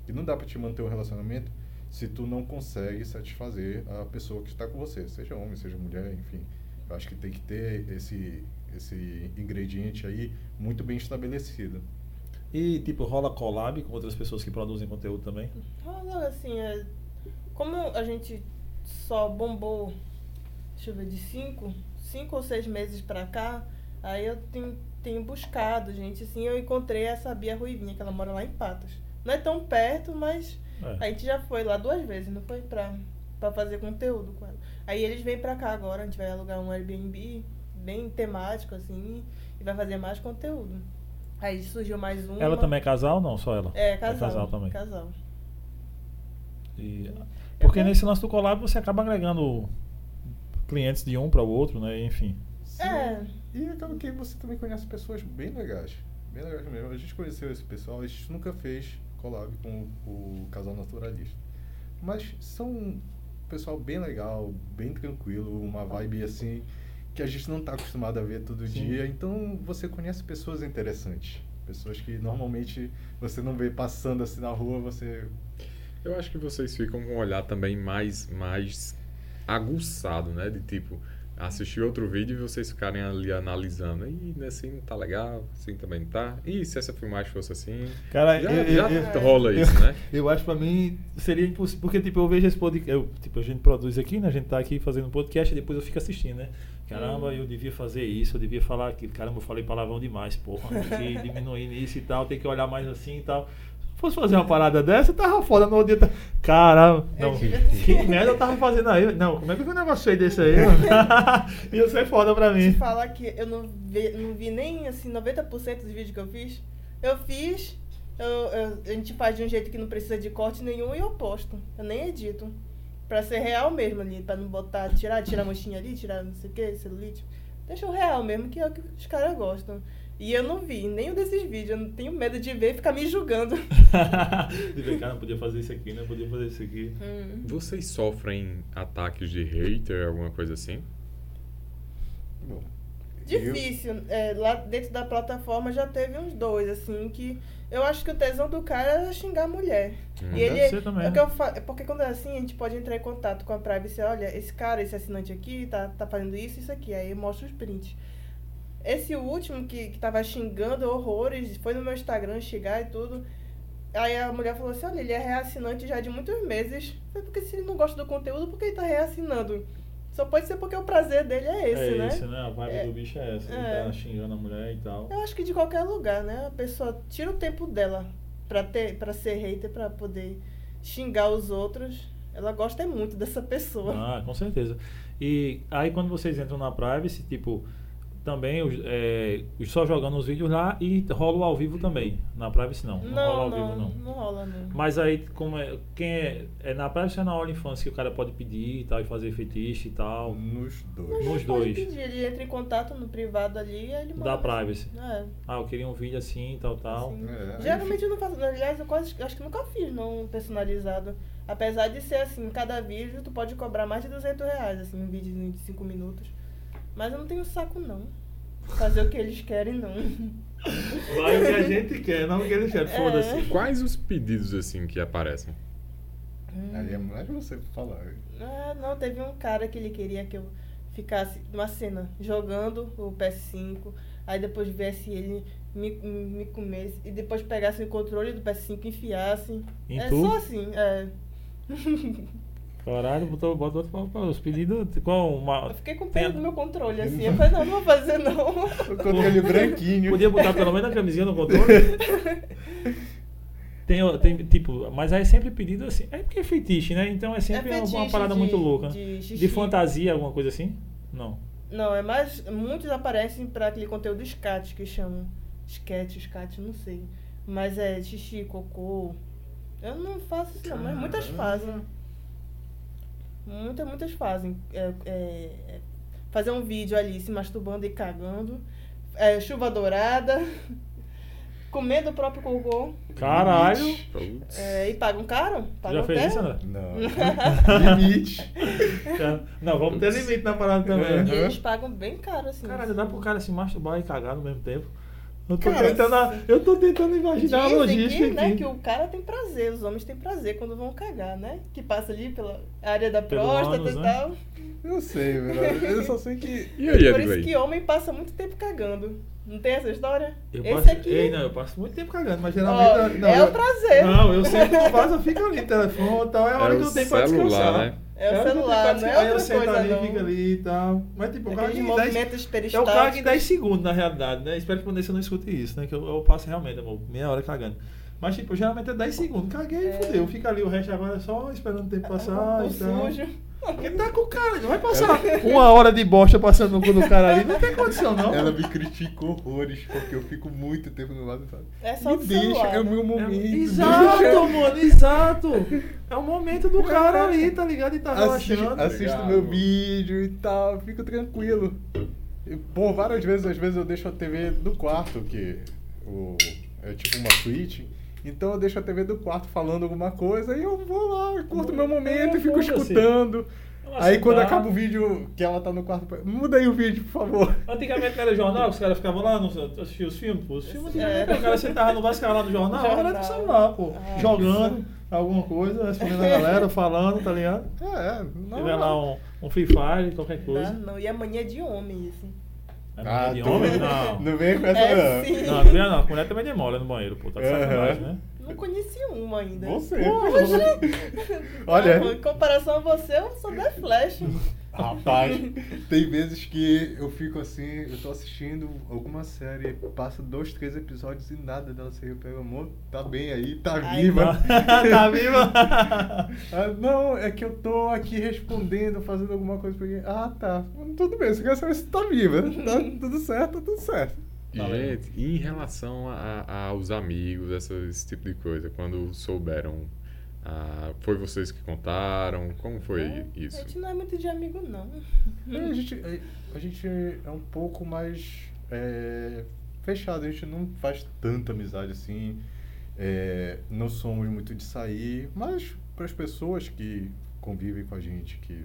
E não dá pra te manter um relacionamento se tu não consegue satisfazer a pessoa que está com você, seja homem, seja mulher, enfim. Eu acho que tem que ter esse, esse ingrediente aí muito bem estabelecido. E, tipo, rola collab com outras pessoas que produzem conteúdo também? Rola, assim, é, como a gente só bombou, deixa eu ver, de cinco, cinco ou seis meses pra cá, aí eu tenho, tenho buscado, gente, assim, eu encontrei essa Bia Ruivinha, que ela mora lá em Patos. Não é tão perto, mas É. a gente já foi lá duas vezes, não foi? Pra, pra fazer conteúdo com ela. Aí eles vêm pra cá agora, a gente vai alugar um Airbnb bem temático, assim, e vai fazer mais conteúdo. Aí surgiu mais uma. Ela também é casal ou não? Só ela? É, casal. É casal também. Casal. E- porque Eu- nesse lance do collab você acaba agregando clientes de um para o outro, né? Enfim. Sim. É. E acaba que você também conhece pessoas bem legais. Bem legais mesmo. A gente conheceu esse pessoal, a gente nunca fez collab com o casal naturalista. Mas são um pessoal bem legal, bem tranquilo, uma vibe assim que a gente não está acostumado a ver todo Sim. dia. Então você conhece pessoas interessantes. Pessoas que normalmente você não vê passando assim na rua, você... Eu acho que vocês ficam com um olhar também mais, mais aguçado, né? De tipo, assistir outro vídeo e vocês ficarem ali analisando. Ih, assim não tá legal, assim também não tá. Ih, se essa filmagem fosse assim... Cara, já eu- eu- já eu- rola eu- isso, né? Eu acho pra mim seria impossível, porque tipo, eu vejo esse podcast, eu, tipo, a gente produz aqui, né? A gente tá aqui fazendo um podcast e depois eu fico assistindo, né? Caramba, eu devia fazer isso, eu devia falar aquilo. Caramba, eu falei palavrão demais, porra. Tem que diminuir nisso e tal, tem que olhar mais assim e tal. Se fosse fazer uma parada dessa, eu tava foda no dia. Tá... Caramba, não, É, que, que merda eu tava fazendo aí? Não, como é que foi um negócio feio desse aí, mano? Ia ser foda pra mim. Te falar que eu não vi, não vi nem assim noventa por cento dos vídeos que eu fiz. Eu fiz, eu, eu- a gente faz de um jeito que não precisa de corte nenhum e eu posto. Eu nem edito. Pra ser real mesmo ali, pra não botar, tirar, tirar a manchinha ali, tirar não sei o que, celulite. Deixa o real mesmo, que é o que os caras gostam. E eu não vi nenhum desses vídeos, eu não tenho medo de ver e ficar me julgando. De ver, cara, não podia fazer isso aqui, né? Podia fazer isso aqui. Hum. Vocês sofrem ataques de hater, alguma coisa assim? Bom, Difícil. É, lá dentro da plataforma já teve uns dois, assim, que eu acho que o tesão do cara era xingar a mulher. Hum. E Deve ele, ser também, é o né? que eu fa- é porque quando é assim, a gente pode entrar em contato com a privacy, olha, esse cara, esse assinante aqui, tá, tá fazendo isso, isso aqui. Aí mostra os prints. Esse último que, que tava xingando horrores, foi no meu Instagram xingar e tudo. Aí a mulher falou assim, olha, ele é reassinante já de muitos meses. Eu falei, porque se ele não gosta do conteúdo, por que ele tá reassinando? Só pode ser porque o prazer dele é esse, é né? esse, né? A vibe É. do bicho é essa. É. Ele tá xingando a mulher e tal. Eu acho que de qualquer lugar, né? A pessoa tira o tempo dela pra, ter, pra ser hater, pra poder xingar os outros. Ela gosta é muito dessa pessoa. Ah, com certeza. E aí quando vocês entram na privacy, tipo, também os- é, os só jogando os vídeos lá e rola o ao vivo também. Na privacy não. Não, rola Não, ao não, vivo não. não rola, não. Mas aí, como é, quem é, é na privacy ou é na OnlyFans que o cara pode pedir e tal, e fazer fetiche e tal? nos dois. Nos Ele pode dois. pedir, ele entra em contato no privado ali e aí ele Da manda. privacy. É, Ah, eu queria um vídeo assim, tal, tal. sim. É, aí Geralmente eu não faço. Aliás, eu quase acho que nunca fiz não personalizado. Apesar de ser assim, cada vídeo tu pode cobrar mais de duzentos reais, assim, um vídeo de cinco minutos. Mas eu não tenho saco não. Fazer o que eles querem não. Vai o que a gente quer, não o que eles querem. É. Foda-se. Quais os pedidos assim que aparecem? Aí é mais você falar. Ah, não, teve um cara que ele queria que eu ficasse numa cena jogando o P S cinco, aí depois viesse ele me, me comesse e depois pegasse o controle do P S cinco e enfiasse. Em é tu? só assim, é. Caralho, botou, botou pra- pra- os pedidos. Qual uma. Eu fiquei com Tem a- pena do meu controle, assim. Eu falei, não, não vou fazer não. O controle branquinho. Podia botar pelo menos a camisinha no controle. Tem, o- tem, tipo, mas aí é sempre pedido assim. É porque é fetiche, né? Então é sempre É uma- uma fetiche parada de- muito louca. de De, xixi. fantasia, alguma coisa assim? Não. Não, é mais. Muitos aparecem pra aquele conteúdo scat que chamam. Sketch, scat, não sei. Mas é xixi, cocô. Eu não faço isso não, mas muitas fazem. Muitas, muitas fazem. É, é, é, fazer um vídeo ali se masturbando e cagando. É, chuva dourada. Comendo o próprio cocô. Caralho! Putz. É, e pagam caro? Tu Pagam já fez até- isso, André? Não. Limite. Não, vamos ter limite na parada também. E eles pagam bem caro, assim. Caralho, dá pro cara se masturbar e cagar no mesmo tempo. Eu tô, Cara, tentando, a- eu tô tentando imaginar a Dizem logística que, né, aqui. que o cara tem prazer, os homens têm prazer quando vão cagar, né? Que passa ali pela área da Pelo próstata ânus, e né? tal. Eu sei, velho. Eu só sei que. E aí, Por Edgley? isso que homem passa muito tempo cagando. Não tem essa história? Eu Esse passo, aqui. ei, não, eu passo muito tempo cagando, mas ó, geralmente. não, é eu, o prazer. Não, eu sempre não faço, eu fico ali no telefone e tal. É a hora É que o eu tenho pra celular, descansar. né? É o a hora que eu tenho celular, pra não descansar. é Aí eu outra sento coisa, ali, não. fico ali e tal. Mas tipo, eu cago Aqueles em dez movimentos Eu peristálticos. cago em dez segundos, na realidade, né? Espero que o Vanessa não escute isso, né? Que eu, eu passo realmente, amor, meia hora cagando. Mas, tipo, geralmente é dez segundos. Caguei e É. fudeu. Fica ali o resto agora só esperando o tempo passar O e tal. sujo. Porque tá com o cara, não vai passar uma hora de bosta passando no cu do cara ali. Não tem condição, não. Ela me critica horrores, porque eu fico muito tempo no lado e falo. É só Me do deixa, celular, é o né? meu É, momento. exato, deixa. mano, exato. É o momento do cara ali, tá ligado? E tá Assiste, relaxando. assisto Obrigado. meu vídeo e tal, fico tranquilo. E, pô, várias vezes, às vezes eu deixo a T V do quarto, que o, é tipo uma suíte. Então eu deixo a T V do quarto falando alguma coisa e eu vou lá, curto meu momento É, e fico foda-se. escutando. Ela Aí quando sentar. acaba o vídeo que ela tá no quarto, muda aí o vídeo, por favor. Antigamente era jornal, os caras ficavam lá, assistiam os filmes, pô. Os filmes antigamente, É. o cara sentava no Vasco lá no jornal, Jornal. agora é no celular, pô. Ah, Jogando alguma coisa, respondendo a galera, falando, tá ligado? É, não. Tiver lá um, um Free Fire, qualquer coisa. Não, não. E a mania de homem, isso. É Ah, mulher de tu- homem? Não. Não vem com essa. É, não. sim. Não, não, não, a mulher também demora no banheiro, pô. Tá de Aham. sacanagem, né? Não conheci uma ainda. Você. Poxa. Olha. Não, em comparação a você, eu sou da Flash. Rapaz, tem vezes que eu fico assim, eu tô assistindo alguma série, passa dois, três episódios e nada dela se pelo amor, tá bem aí, tá Ai, viva. Tá viva? Ah, não, é que eu tô aqui respondendo, fazendo alguma coisa pra alguém. Ah, tá. Tudo bem, você quer saber se tá viva. Tá tudo certo, tá tudo certo. E, Valeu. gente, e em relação a- a- aos amigos, essa- esse tipo de coisa, quando souberam, ah, foi vocês que contaram? Como foi É, isso? A gente não é muito de amigo, não. É, a, gente, é, a gente é um pouco mais é, fechado, a gente não faz tanta amizade assim, é, não somos muito de sair, mas para as pessoas que convivem com a gente, que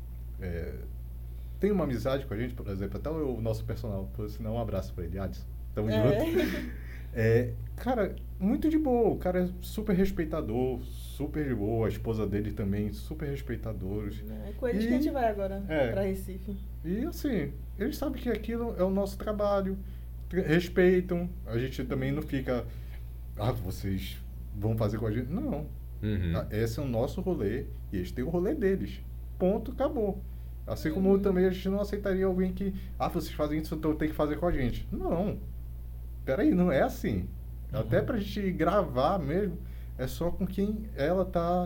é, tem uma amizade com a gente, por exemplo, até o nosso personal, por sinal, um abraço para ele, Adson, tamo É. junto. É, cara, muito de boa, o cara é super respeitador, super de boa, a esposa dele também, super respeitadores. É com eles E- que a gente vai agora é. pra Recife. E assim, eles sabem que aquilo é o nosso trabalho, tre- respeitam, a gente também não fica, ah, vocês vão fazer com a gente. Não, Uhum. Ah, esse é o nosso rolê e eles têm o rolê deles. Ponto, acabou. Assim como Uhum. também a gente não aceitaria alguém que, ah, vocês fazem isso, então tem que fazer com a gente. Não, peraí, não é assim. Uhum. Até pra gente gravar mesmo, é só com quem ela tá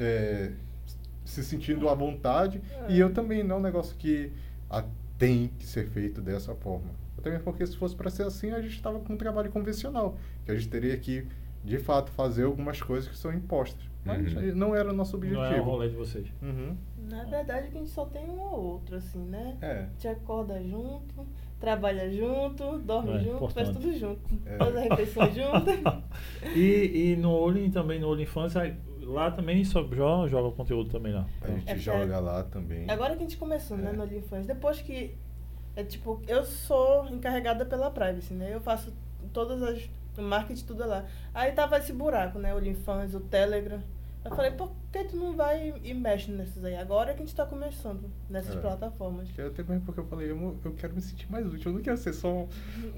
é, se sentindo à vontade. É. E eu também, não é um negócio que ah, tem que ser feito dessa forma. Até mesmo porque se fosse para ser assim, a gente estava com um trabalho convencional, que a gente teria que, de fato, fazer algumas coisas que são impostas. Mas Uhum. não era o nosso objetivo. Não é o rolê de vocês. Uhum. Na verdade, que a gente só tem um ou outro, assim, né? É. A gente acorda junto, trabalha junto, dorme É, junto, faz importante. tudo junto. É. Todas as refeições juntas. E, e no Olho também, no Olho Infância, lá também só joga, joga conteúdo também lá. A gente É, joga é. lá também. Agora que a gente começou, né, É. no OnlyFans. Depois que, é tipo, eu sou encarregada pela privacy, né? Eu faço todas as, o marketing tudo lá. Aí tava esse buraco, né? O OnlyFans, o Telegram. Eu falei, por que tu não vai e mexe nesses aí? Agora que a gente tá começando nessas É. plataformas. Que Até mesmo porque eu falei, eu, eu quero me sentir mais útil, eu não quero ser só um,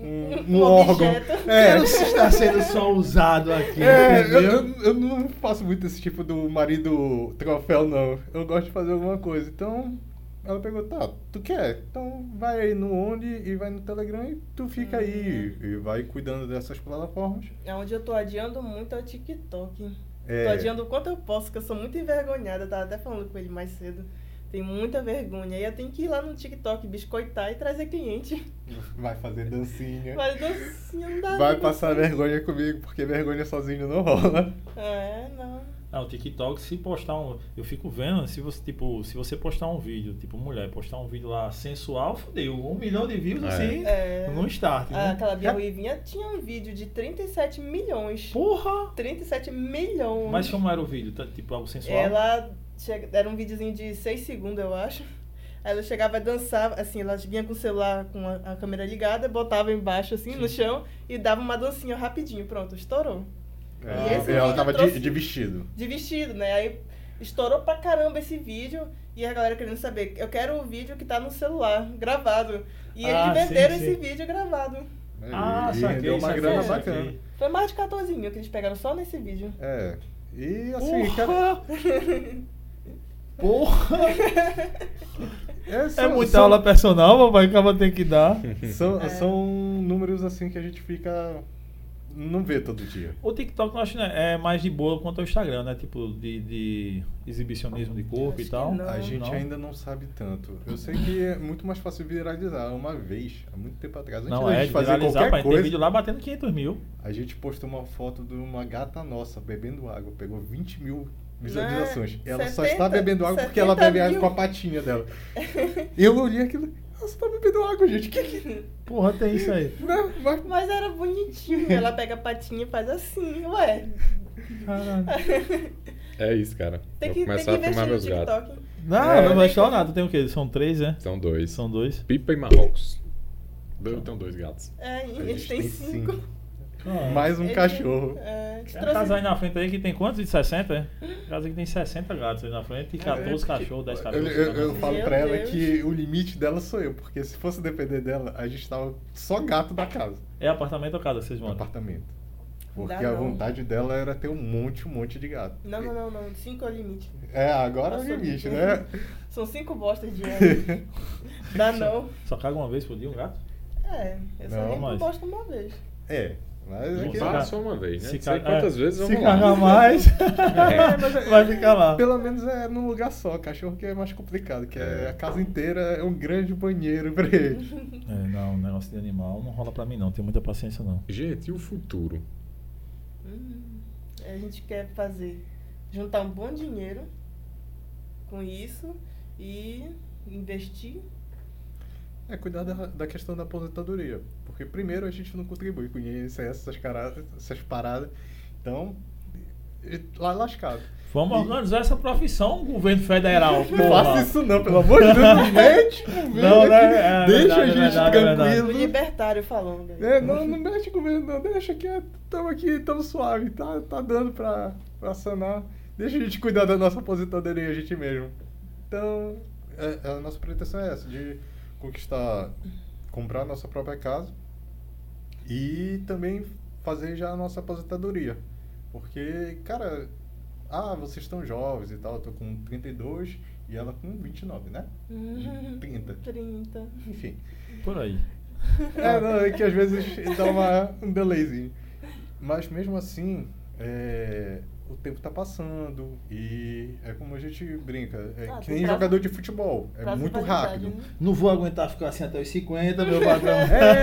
Um um, um órgão. objeto. É, estar sendo só usado aqui, É, eu, eu, eu não faço muito esse tipo do marido troféu, não. Eu gosto de fazer alguma coisa. Então, ela pegou, tá, tu quer? Então vai aí no Only e vai no Telegram e tu fica aí e vai cuidando dessas plataformas. É onde eu tô adiando muito é o TikTok. É. Tô adiando o quanto eu posso, que eu sou muito envergonhada. Eu tava até falando com ele mais cedo. Tenho muita vergonha. E eu tenho que ir lá no TikTok, biscoitar e trazer cliente. Vai fazer dancinha. Vai dancinha, não dá Vai pra passar você. vergonha comigo, porque vergonha sozinho não rola. É, não. Ah, o TikTok, se postar um. Eu fico vendo, se você, tipo, se você postar um vídeo, tipo, mulher, postar um vídeo lá sensual, fodeu. Um milhão de views É. assim, É. no start, Ah, né? aquela Bia Ruivinha tinha um vídeo de trinta e sete milhões. Porra! trinta e sete milhões. Mas como era o vídeo? Tá, tipo, algo sensual? Ela chega, era um videozinho de seis segundos, eu acho. Aí ela chegava a dançar, assim, ela vinha com o celular com a, a câmera ligada, botava embaixo, assim, no chão, e dava uma dancinha rapidinho, pronto, estourou. É, E esse e ela vídeo tava de, trouxe- de vestido. De vestido, né? Aí estourou pra caramba esse vídeo, e a galera querendo saber, eu quero o vídeo que tá no celular, gravado. E Ah, eles venderam sim, esse sim. vídeo gravado. É, Ah, e, e saquei, rendeu uma saquei, grana saquei. bacana. Foi mais de quatorze mil que eles pegaram só nesse vídeo. É. E assim, cara. Porra! É, É são, muita são, aula personal, papai, que ela tem que dar. são, É. são números assim que a gente fica. Não vê todo dia. O TikTok eu acho né, é mais de boa quanto ao Instagram, né? Tipo, de, de exibicionismo de corpo Acho e que tal. não. A gente não. ainda não sabe tanto. Eu sei que é muito mais fácil viralizar. Uma vez, há muito tempo atrás, antes Não, da é, gente de fazer viralizar, qualquer pai. Tem coisa, vídeo lá batendo quinhentos mil. a gente postou uma foto de uma gata nossa bebendo água. Pegou vinte mil visualizações. Né? Ela só setenta, está bebendo água porque ela setenta bebe água mil. com a patinha dela. Eu olhei aquilo. Ela só tá bebendo água, gente. Que que... Porra, tem isso aí. Não, mas... Mas era bonitinho. Ela pega a patinha e faz assim, ué. Caralho. É isso, cara. Tem Vou que, tem começar que a filmar investir no meus gatos. TikTok. Não, É. não vai estourar nada. Tem o quê? São três, né? São dois. São dois. Pipa e Marrocos. Eu tenho dois gatos. É, e A eles gente têm tem cinco. Ah, Mais um Eles- cachorro. É, Tem trouxe- uma casa aí na frente aí que tem quantos? De sessenta, é? Casa que tem sessenta gatos aí na frente e catorze cachorros, dez Eu, cachorros. eu, eu falo Meu pra ela Deus. que o limite dela sou eu, porque se fosse depender dela, a gente tava só gato da casa, É apartamento ou casa que vocês no moram? apartamento. Porque Dá a não. vontade dela era ter um monte, um monte de gato. Não, não, não, não. Cinco é o limite. É, agora é o Passou limite, do- né? São cinco bostas diárias. Dá não. Só caga uma vez por dia um gato? É, eu só Não, limpo mas- bosta uma vez. É, mas Não é que- Não caga- faz só uma vez, né? se Não sei ca- quantas é, vezes Se vamos cagar lá. mais, É, mas é- vai ficar lá. Pelo menos é num lugar só, cachorro que é mais complicado, que é, É. a casa inteira é um grande banheiro pra ele. É, não, negócio de animal não rola pra mim não, tenho muita paciência não. Gente, e o futuro? Hum, a gente quer fazer, juntar um bom dinheiro com isso e investir. É cuidar da, da questão da aposentadoria. Porque primeiro a gente não contribui com I N S S, essas, cara- essas paradas. Então, e- lá lascado. Vamos E- organizar essa profissão, governo federal, Não porra. faça isso não, pelo amor de Deus, não mete com o governo Não, né? aqui. É Deixa verdade, a é gente verdade, é verdade. O tranquilo. libertário falando. aí. É, não, não mexe com o governo não, deixa que estamos aqui, estamos suave, tá, tá dando pra, pra sanar. Deixa a gente cuidar da nossa aposentadoria a gente mesmo. Então, é- a nossa pretensão é essa, de conquistar, comprar a nossa própria casa e também fazer já a nossa aposentadoria. Porque, cara, ah, vocês estão jovens e tal, eu tô com trinta e dois e ela com vinte e nove, né? Uhum. trinta. trinta. Enfim. Por aí. É, não, é que às vezes dá uma, um delayzinho. Mas mesmo assim, é, o tempo tá passando e é como a gente brinca, é Ah, que tem nem prazo- jogador de futebol, é prazo de muito validade, rápido. né? Não vou aguentar ficar assim até os cinquenta, meu patrão.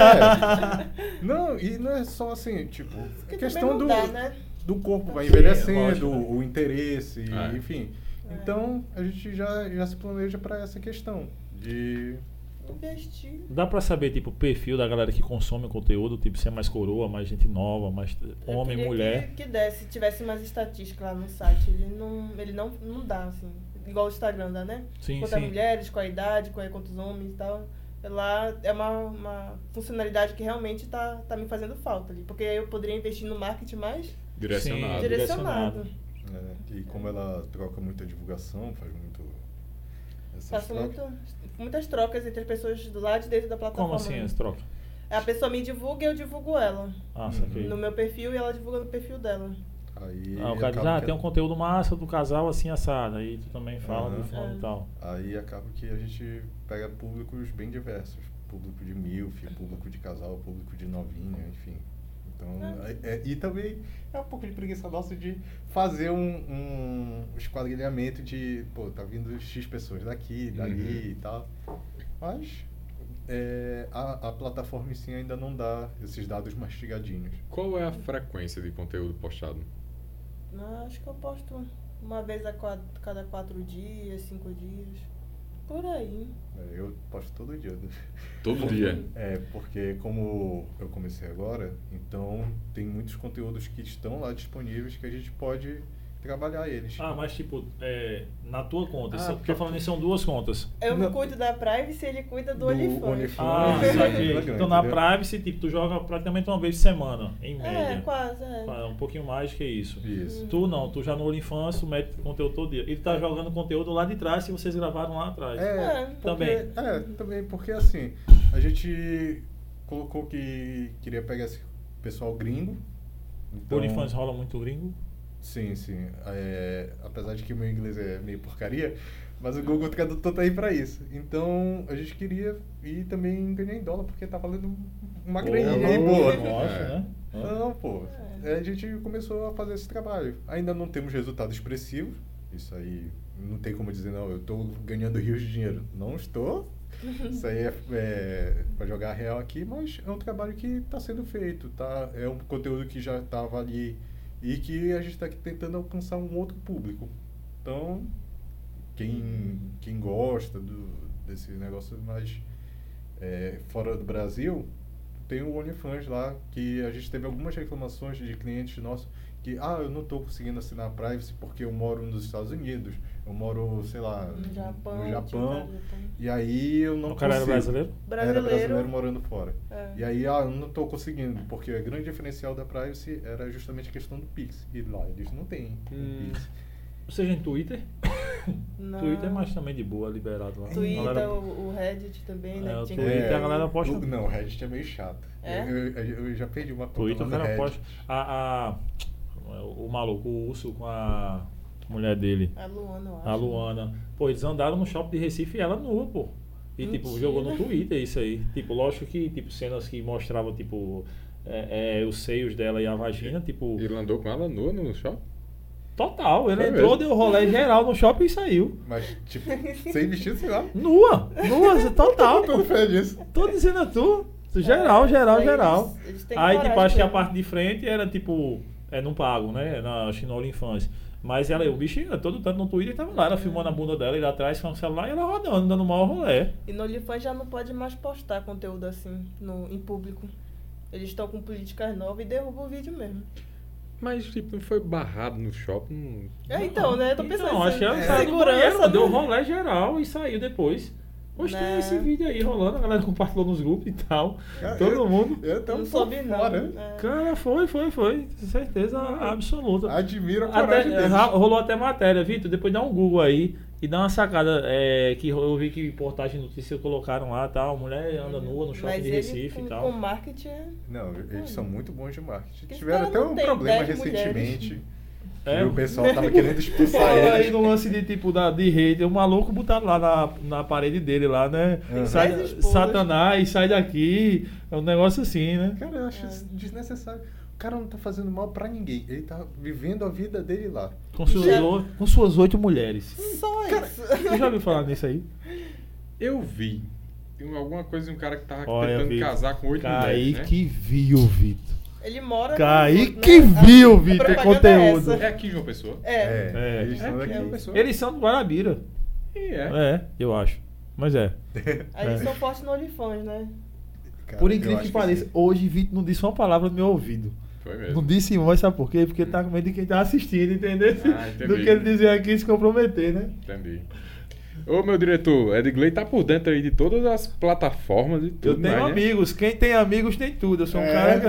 É. Não, e não é só assim, tipo, Porque é questão também do, não dá, né? do corpo vai Sim, envelhecendo, lógico, né? o interesse, É. enfim. É. Então, a gente já, já se planeja para essa questão de... Investir. Dá pra saber, tipo, o perfil da galera que consome o conteúdo, tipo, se é mais coroa, mais gente nova, mais Eu homem, queria mulher. Que, que desse, tivesse mais estatística lá no site. Ele não, ele não, não dá, assim. Igual o Instagram dá, né? Sim, Quantas sim. mulheres, qual a idade, qual é quantos homens e tal. Lá é uma, uma funcionalidade que realmente tá, tá me fazendo falta ali. Porque aí eu poderia investir no marketing mais Direcionado. Sim, direcionado. direcionado. É, e como ela troca muita divulgação, faz muito essas Faço trocas. muito, muitas trocas entre as pessoas do lado de dentro da plataforma. Como assim né? as trocas? A pessoa me divulga e eu divulgo ela. Ah, saquei. No meu perfil e ela divulga no perfil dela. Aí, Ah, o cara diz, acaba ah, que- tem um conteúdo massa do casal assim assado. Aí tu também fala Aham. do fulano É. e tal. Aí acaba que a gente pega públicos bem diversos. Público de milf, público de casal, público de novinha, enfim. Então, Ah. é- é- e também é um pouco de preguiça nossa de fazer um, um esquadrilhamento de, pô, tá vindo X pessoas daqui, dali Uhum. e tal. Mas é, a, a plataforma em si ainda não dá esses dados mastigadinhos. Qual é a frequência de conteúdo postado? Não, acho que eu posto uma vez a quatro, cada quatro dias, cinco dias. Por aí. É, eu posto todo dia. né? Todo dia. É, porque como eu comecei agora, então tem muitos conteúdos que estão lá disponíveis que a gente pode trabalhar eles. Ah, mas tipo, é, na tua conta, Ah, você porque- tá falando que são duas contas. Eu Não. cuido da privacy e ele cuida do, Do OnlyFans. OnlyFans. Ah, Ah, saquei. legal, Então na entendeu? privacy, tipo, tu joga praticamente uma vez por semana, em É, média. quase, é. Ah, Um pouquinho mais que isso. Isso. Tu não, tu já no OnlyFans, tu mete conteúdo todo dia. Ele tá jogando conteúdo lá de trás que vocês gravaram lá atrás. É, É, porque, também. É, também, porque assim, a gente colocou que queria pegar esse pessoal gringo. O Então, OnlyFans rola muito gringo. Sim, sim. É, apesar de que o meu inglês é meio porcaria, mas o Google Tradutor tá aí pra isso. Então, a gente queria e também ganhar em dólar, porque tá valendo uma graninha aí boa. Nossa, É. né? Não, pô. É, a gente começou a fazer esse trabalho. Ainda não temos resultado expressivo. Isso aí não tem como dizer, não, eu tô ganhando rios de dinheiro. Não estou. Isso aí é, é para jogar real aqui, mas é um trabalho que está sendo feito, tá? É um conteúdo que já estava ali e que a gente está tentando alcançar um outro público. Então, quem, quem gosta do, desse negócio mais é, fora do Brasil, tem o OnlyFans lá, que a gente teve algumas reclamações de clientes nossos que, ah, eu não estou conseguindo assinar a Privacy porque eu moro nos Estados Unidos, eu moro, sei lá, No Japão. no tinha um Japão, cara do Japão. e aí eu não O cara era consigo. brasileiro? Era Brasileiro. brasileiro morando fora. É. E aí, ah, eu não estou conseguindo, porque o grande diferencial da Privacy era justamente a questão do Pix. E lá eles não têm o Hum. Pix. Ou seja, em Twitter. Não. Twitter é mais também de boa, liberado lá. Twitter, Galera- o, o Reddit também, né? É, que o tinha que- Twitter, a galera posta- o- Não, o Reddit é meio chato. É? Eu, eu- eu já perdi uma conta Twitter, lá o no cara Reddit. posta. A, a, o maluco, o urso com a mulher dele, A Luana, eu acho. a Luana. Pô, eles andaram no shopping de Recife e ela nua, pô. E tipo, Mentira. jogou no Twitter isso aí. Tipo, lógico que tipo, cenas que mostravam, tipo, é, é, os seios dela e a vagina, tipo. Ele andou com ela nua no shopping? Total. Ele Foi entrou, mesmo? deu rolê geral no shopping e saiu. Mas, tipo, sem vestido, sei lá. Nua! Nua, total. Tudo fé disso. Tô dizendo a tu. Geral, geral, Eles- geral. eles têm Aí, coragem tipo, acho que a mesmo. parte de frente era, tipo, é não pago, né? Na, acho que no OnlyFans. Mas ela, o bicho, ia todo tanto no Twitter, tava lá, ela filmando a bunda dela, ele atrás com o celular e ela rodando, dando mau rolê. E no OnlyFans já não pode mais postar conteúdo assim no, em público. Eles estão com políticas novas e derrubam o vídeo mesmo. Mas, tipo, não foi barrado no shopping. É, então, né? Eu tô pensando Não, acho que ela é, saiu do segurança, banheiro, deu né? rolê geral e saiu depois. Hoje tem Né? esse vídeo aí rolando, a galera compartilhou nos grupos e tal. Cara, Todo eu- mundo. Eu tô Eu não por soube não. fora. É. Cara, foi, foi, foi. Certeza absoluta. Admiro a Até, coragem deles. ra- rolou até matéria, Vitor. Depois dá um Google aí e dá uma sacada. É, que eu vi que portagem de notícia colocaram lá tal. Mulher anda nua no shopping Mas de ele Recife com, e tal. com marketing é... Não, eles são muito bons de marketing. Esse Tiveram cara até não um tem problema dez recentemente. É. E o pessoal tava querendo expulsar Aí eles. no lance de tipo da, de rede, o maluco botaram lá na, na parede dele lá, né? Tem Sai, dez esposas. Satanás, sai daqui. É um negócio assim, né? Cara, eu acho isso desnecessário. O cara não tá fazendo mal pra ninguém. Ele tá vivendo a vida dele lá. Com suas, Já- o- com suas oito mulheres. Só isso. Tu já ouviu falar nisso aí? Eu vi. Tem alguma coisa de um cara que tava Olha, tentando Vitor. casar com oito mulheres, né? Kaique viu, Vitor. Ele mora... Kaique né? viu, A Vitor, propaganda é conteúdo. essa. É aqui, João Pessoa? É. É. eles são É daqui. aqui, João Pessoa. Eles são do Guarabira. E é. É, eu acho. Mas é. Aí eles É. são fortes no OnlyFans, né? Cara, Por eu incrível acho que pareça, sim. hoje Vitor não disse uma palavra no meu ouvido. Foi Não mesmo. disse mais, sabe por quê? Porque ele tá com medo de quem tá assistindo, entendeu? Ah, entendi. Do que ele dizer aqui e se comprometer, né? Entendi. Ô, meu diretor, Edgley tá por dentro aí de todas as plataformas e tudo Eu tenho mais, né? amigos. Quem tem amigos tem tudo. Eu sou um É. cara que...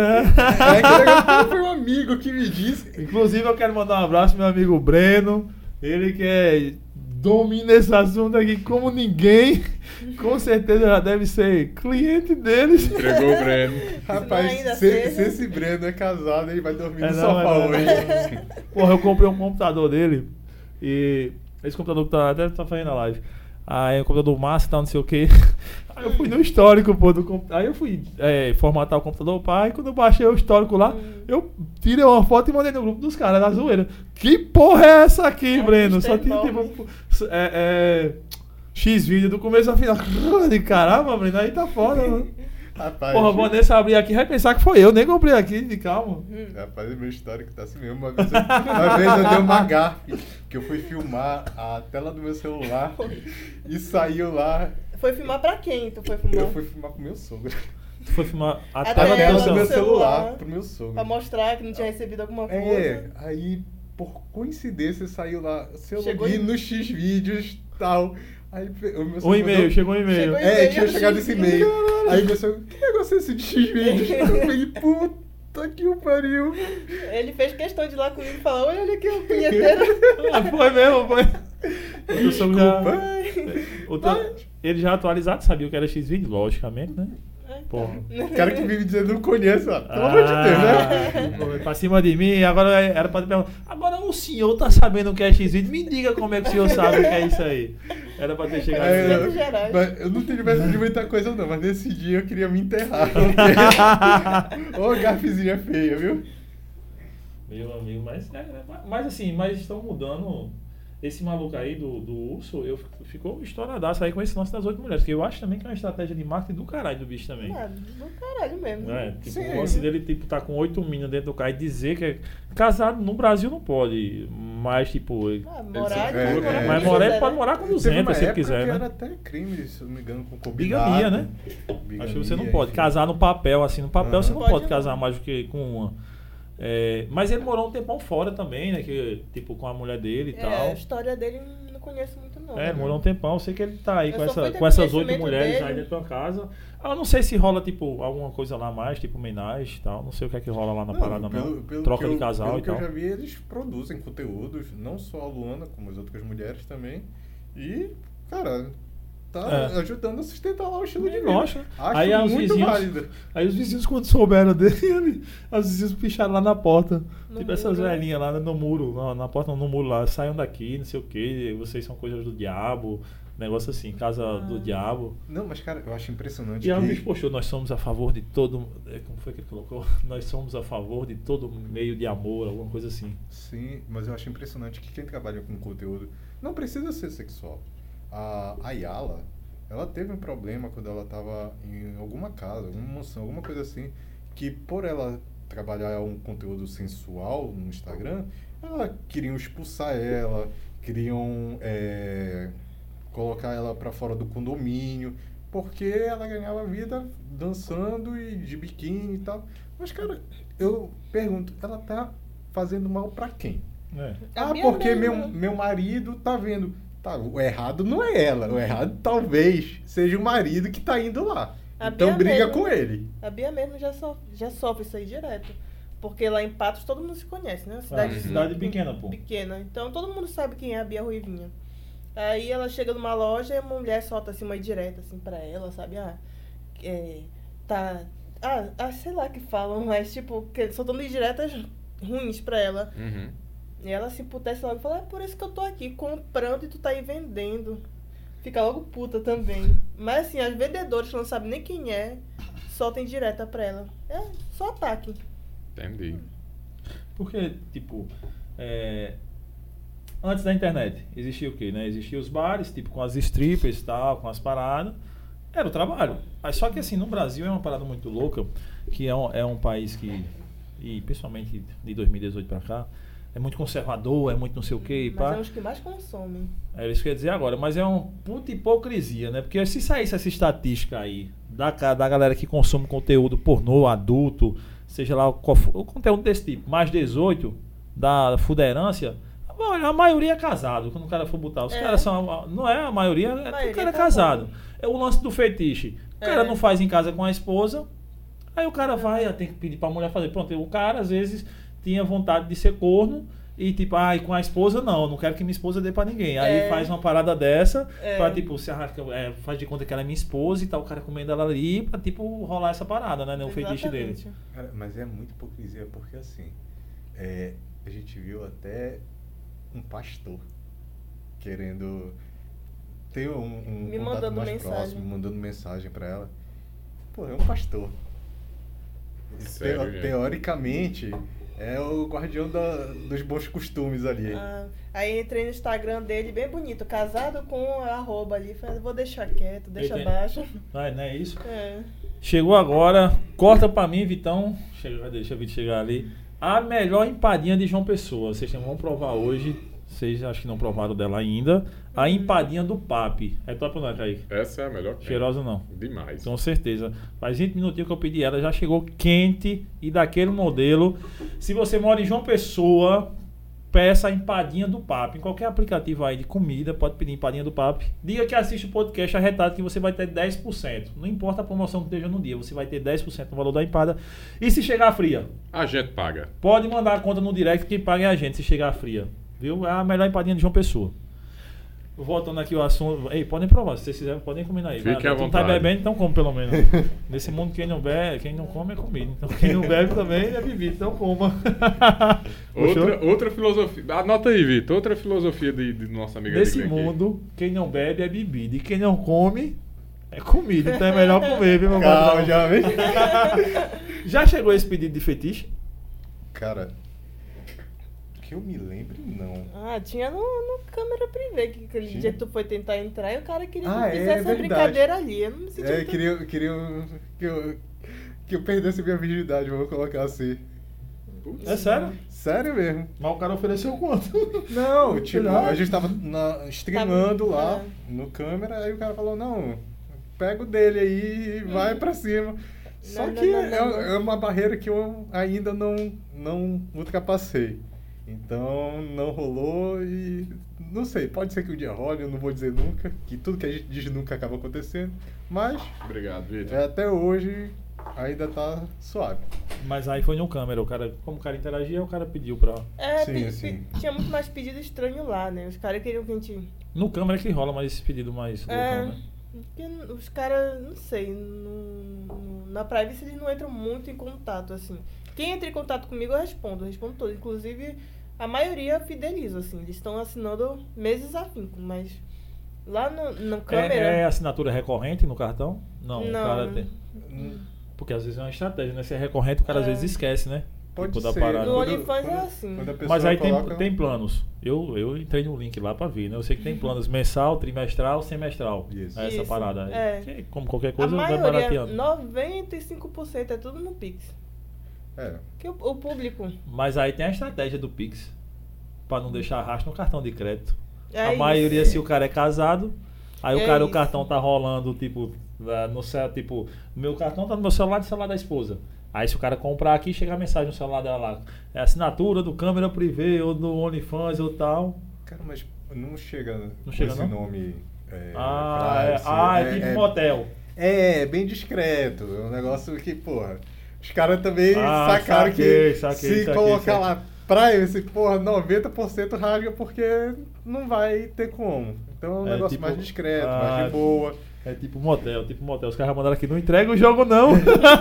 É que legal, foi um amigo que me disse. Inclusive, eu quero mandar um abraço pro meu amigo Breno. Ele que é, domina esse assunto aqui como ninguém. Com certeza já deve ser cliente deles. Entregou o Breno. Rapaz, ainda se, seja. se esse Breno é casado, ele vai dormir É, no não, sofá é, não, hoje. não. Porra, eu comprei um computador dele. E esse computador que tá, até tá fazendo a live. Aí o computador massa e tal, não sei o que. Aí eu fui no histórico, pô, do computador. Aí eu fui é, formatar o computador, pai. Quando eu baixei o histórico lá, Hum. eu tirei uma foto e mandei no grupo dos caras da zoeira. Que porra é essa aqui, É, Breno? isso Só é tinha enorme. tipo. É, é, X vídeo do começo ao final. De caramba, Breno, aí tá foda, mano. Rapaz, Porra, vou Vanessa abrir aqui, vai pensar que foi eu, nem comprei aqui, de calma. rapaz, meu histórico tá assim mesmo. Uma vez, eu, uma vez eu dei uma gafe, que eu fui filmar a tela do meu celular e saiu lá. Foi filmar pra quem tu foi filmar? Eu fui filmar pro meu sogro. Tu foi filmar a A tela A do tela teu do meu celular. celular celular. pro meu sogro. Pra mostrar que não tinha recebido alguma coisa. É, aí por coincidência, saiu lá, seu Chegou login em- no X-Vídeos e tal. Aí o meu O sogro e-mail, mandou- chegou um e-mail. Chegou É, e-mail, tinha chegado esse e-mail. Caralho. Aí meu sogro, que negócio é esse de X-Vídeos? Eu falei, puta que o pariu. Ele fez questão de ir lá comigo e falar, olha, olha aqui, o punheteiro. Ah, foi mesmo, foi. O teu sogro já- Desculpa. o teu- Ele já atualizado, sabia o que era X-Vídeo, logicamente, né? Porra. O cara que vive dizendo não conhece, ó. Pelo amor de Deus, né? Foi pra cima de mim, agora era pra te perguntar. Agora o senhor tá sabendo o que é X-Vídeo? Me diga como é que o senhor sabe o que é isso aí. Era pra ter chegado. Aí, assim. Minas Gerais. mas eu não tenho vergonha de muita coisa, não, mas nesse dia eu queria me enterrar. Porque... Ô, gafezinha feia, viu? Meu amigo, mas, é, mas assim, mas estão mudando. Esse maluco aí do, do urso, eu ficou estouradaço aí com esse lance das oito mulheres, que eu acho também que é uma estratégia de marketing do caralho do bicho também. Ah, do caralho mesmo. É, tipo, Sim. o lance dele, tipo, tá com oito meninas dentro do carro e dizer que é casado no Brasil não pode, mas, tipo, Ah, morar, É, tudo, é, morar é. mas com morar quem ele pode quiser, morar com Teve uma duzentas se ele época quiser, que né? era até crime, se não me engano, com combinado. Bigamia, né? Bigamia, Acho que você não pode enfim. casar no papel, assim, no papel Aham. você não Pode pode não. casar mais do que com uma. É, mas ele morou um tempão fora também, né? Que, tipo, com a mulher dele e É, tal. a história dele não conheço muito não. É, ele morou um tempão. Eu sei que ele tá aí Eu com, só fui essa, ter com essas oito conhecimento mulheres dele. aí dentro da casa. Eu não sei se rola, tipo, alguma coisa lá mais, tipo homenagem e tal. Não sei o que é que rola lá na Não, parada, pelo- não. pelo Troca que de eu- casal pelo e que eu tal. já vi, eles produzem conteúdos, não só a Luana, como as outras mulheres também. E, cara, tá É. ajudando a sustentar lá o estilo de É, vida. lógico. Acho Aí os muito vizinhos- válido. Aí os vizinhos, quando souberam dele, os vizinhos picharam lá na porta. No tipo essas muro, né? velhinhas lá no muro, na, na porta, não, no muro lá, saiam daqui, não sei o que, vocês são coisas do diabo, negócio assim, casa do Ah. diabo. Não, mas, cara, eu acho impressionante E aí o que... bicho postou, nós somos a favor de todo. é, Como foi que ele colocou? Nós somos a favor de todo meio de amor, alguma coisa assim. Sim, mas eu acho impressionante que quem trabalha com conteúdo não precisa ser sexual. A Ayala, ela teve um problema quando ela estava em alguma casa, alguma mansão, alguma coisa assim, que por ela trabalhar um conteúdo sensual no Instagram, ela queriam expulsar ela, queriam é, colocar ela para fora do condomínio, porque ela ganhava vida dançando e de biquíni e tal. Mas, cara, eu pergunto, ela tá fazendo mal para quem? É. Ah, A Bia porque mesmo. meu, meu marido tá vendo. Tá, o errado não é ela. O errado talvez seja o marido que tá indo lá. A Então Bia briga mesmo. com ele. A Bia mesmo já, so, já sofre isso aí direto. Porque lá em Patos todo mundo se conhece, né? Cidade, Ah, cidade pequena, pô. Pequena. Então todo mundo sabe quem é a Bia Ruivinha. Aí ela chega numa loja e uma mulher solta assim uma indireta assim pra ela, sabe? Ah, é, tá. Ah, ah, sei lá que falam, mas tipo, que, soltando indiretas ruins pra ela. Uhum. E ela se putece logo e fala, é por isso que eu tô aqui comprando e tu tá aí vendendo. Fica logo puta também. Mas assim, as vendedoras que não sabem nem quem é, soltam indireta pra ela. É só ataque. Entendi. Porque, tipo, é, antes da internet, existia o quê, né? Existia os bares, tipo, com as strippers e tal, com as paradas. Era o trabalho. Mas só que, assim, no Brasil é uma parada muito louca, que é um, é um país que, e principalmente de dois mil e dezoito pra cá, é muito conservador, é muito não sei o quê. E Mas pá. é os que mais consomem. É isso que eu ia dizer agora, mas é uma puta hipocrisia, né? Porque se saísse essa estatística aí da, ca- da galera que consome conteúdo pornô, adulto, seja lá qual for, o conteúdo desse tipo, mais dezoito, da fuderância, olha, a maioria é casado, quando o cara for botar. Os É. caras são. Não é a maioria, é maioria o cara é é casado. casado. É o lance do fetiche. O cara É. não faz em casa com a esposa, aí o cara vai, ah, tem que pedir pra mulher fazer. Pronto, o cara às vezes tinha vontade de ser corno. E tipo, ah, e com a esposa não, eu não quero que minha esposa dê pra ninguém. Aí É. faz uma parada dessa, É. pra tipo, se arrasca, é, faz de conta que ela é minha esposa e tal, o cara comendo ela ali, pra tipo, rolar essa parada, né? O fetiche dele. Exatamente. Cara, mas é muita hipocrisia, porque assim, é, a gente viu até um pastor querendo ter um, um Me contato mandando mais mensagem. próximo, mandando mensagem pra ela. Pô, é um pastor. Sério, Teo- gente? teoricamente, é o guardião da- dos bons costumes ali. Ah, aí entrei no Instagram dele, bem bonito, casado com a arroba ali. Falei, vou deixar quieto, deixa Ele tem- abaixo. Ah, não é isso? É. Chegou agora, corta pra mim, Vitão. Chega, deixa o Vitor chegar ali. A melhor empadinha de João Pessoa. Vocês vão provar hoje. Vocês acho que não provaram dela ainda. A empadinha do Papi. É top ou não, Kaique? Essa é a melhor que tem. Cheirosa não? Demais. Com certeza. Faz vinte minutinhos que eu pedi ela, já chegou quente e daquele modelo. Se você mora em João Pessoa, peça a empadinha do papo. Em qualquer aplicativo aí de comida, pode pedir empadinha do papo. Diga que assiste o podcast arretado que você vai ter dez por cento. Não importa a promoção que esteja no dia, você vai ter dez por cento no valor da empada. E se chegar fria? A gente paga. Pode mandar a conta no direct que pague a gente se chegar fria. Viu? É a melhor empadinha de João Pessoa. Voltando aqui o assunto. Ei, podem provar, se vocês quiserem, podem comer aí. Fique à Não tá vontade. bebendo, então come pelo menos. Nesse mundo, quem não bebe, quem não come é comida. Então quem não bebe também é bebido, então coma. Outra, outra filosofia. Anota aí, Vitor. Outra filosofia de, de nossa amiga Nesse Edgley aqui. mundo, quem não bebe é bebida. E quem não come é comida. Então é melhor comer, viu, meu Calma, patrão? já vem. Já chegou esse pedido de fetiche? Cara, que eu me lembre, não. Ah, tinha no, no câmera privê, que aquele Tinha? dia que tu foi tentar entrar e o cara queria que Ah, tu é, fizesse a verdade. brincadeira ali. Eu não me senti É, muito- queria, queria que eu, que eu perdesse minha virgindade, vou colocar assim. É sério? Sério mesmo. Mas o cara ofereceu quanto? Não, tipo, Verdade. a gente tava na, streamando Tava- lá ah. no câmera, aí o cara falou, não, pega o dele aí e vai pra cima. Só Não, que não, não, é, não, não. é uma barreira que eu ainda não, não ultrapassei. Então não rolou e não sei, pode ser que um dia role, eu não vou dizer nunca, que tudo que a gente diz nunca acaba acontecendo, mas Obrigado, Vitor. é, até hoje ainda tá suave. Mas aí foi no câmera. O cara, como o cara interagia, o cara pediu pra. É, Sim, pe- sim. pe- tinha muito mais pedido estranho lá, né? Os caras queriam que a gente. No câmera que rola mais esse pedido mais loucão, É, né? porque os caras, não sei, no- no- na privacy eles não entram muito em contato, assim. Quem entra em contato comigo eu respondo, eu respondo todo. Inclusive, a maioria fideliza, assim. Eles estão assinando meses a fim, mas lá no, no câmera. É, é assinatura recorrente no cartão? Não, o Não. cara tem. Porque às vezes é uma estratégia, né? Se é recorrente, o cara às É. vezes esquece, né? Pode Tipo, da ser. parada. No Quando- OnlyFans é quando- assim. quando a pessoa Mas aí tem, coloca- tem planos. Eu, eu entrei no link lá pra ver, né? Eu sei que tem planos mensal, trimestral, semestral. Isso. É essa Isso, parada aí. é. Que, como qualquer A coisa, vai maioria, barateando. noventa e cinco por cento é tudo no Pix. É. Que o, o público. Mas aí tem a estratégia do Pix. Pra não deixar rastro no cartão de crédito. É a isso. maioria, se o cara é casado, aí o É cara, o isso. cartão tá rolando, tipo, lá no céu, tipo, meu cartão tá no meu celular e no celular da esposa. Aí se o cara comprar aqui, chega a mensagem no celular dela lá. É assinatura do câmera privê ou do OnlyFans ou tal. Cara, mas não chega Não com chega, esse não? nome. É, Ah, é, privacy. ah, é tipo motel. É, bem discreto. É um negócio que, porra, os caras também Ah, sacaram saquei, que saquei, se saquei, colocar saquei. lá privacy, porra, noventa por cento rasga porque não vai ter como. Então é um É, negócio tipo, mais discreto, ah, mais de boa. É tipo motel, tipo motel. Os caras mandaram aqui, não entrega o jogo não.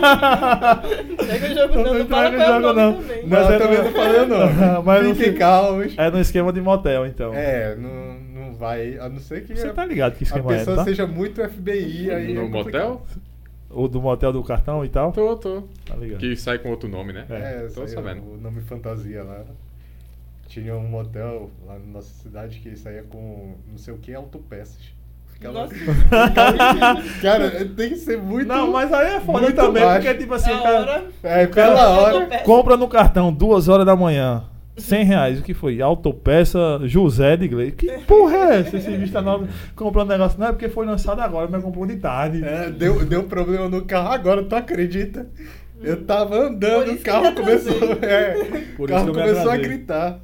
Pega o jogo não, não fala entrega qual é o o jogo nome não. também. Não, Mas é também no- não falei não. Mas não Fiquem se- calmos. É no esquema de motel, então. É, não, não vai, a não ser que Você a, tá ligado que a esquema é, pessoa tá? seja muito F B I aí. No é complicado. motel? O do motel do cartão e tal. Tô, tô. Tá ligado. Que sai com outro nome, né? É, Tô saiu sabendo. o nome fantasia lá. Tinha um motel lá na nossa cidade que saía com não sei o que, autopeças. Ficava... Nossa. Cara, tem que ser muito. Não, mas aí é foda muito também, baixo. porque tipo assim, Na o cara hora. É, pela hora. Autopeça. compra no cartão duas horas da manhã, cem reais, o que foi? Autopeça José de Iglesias. Que porra é essa? Esse bicho tá nova comprando negócio. Não é porque foi lançado agora, mas comprou de tarde. É, deu, deu problema no carro agora, tu acredita? Eu tava andando, Por o isso que carro eu me começou. atrasei. É, Por o isso carro que eu me começou a atrasei. gritar.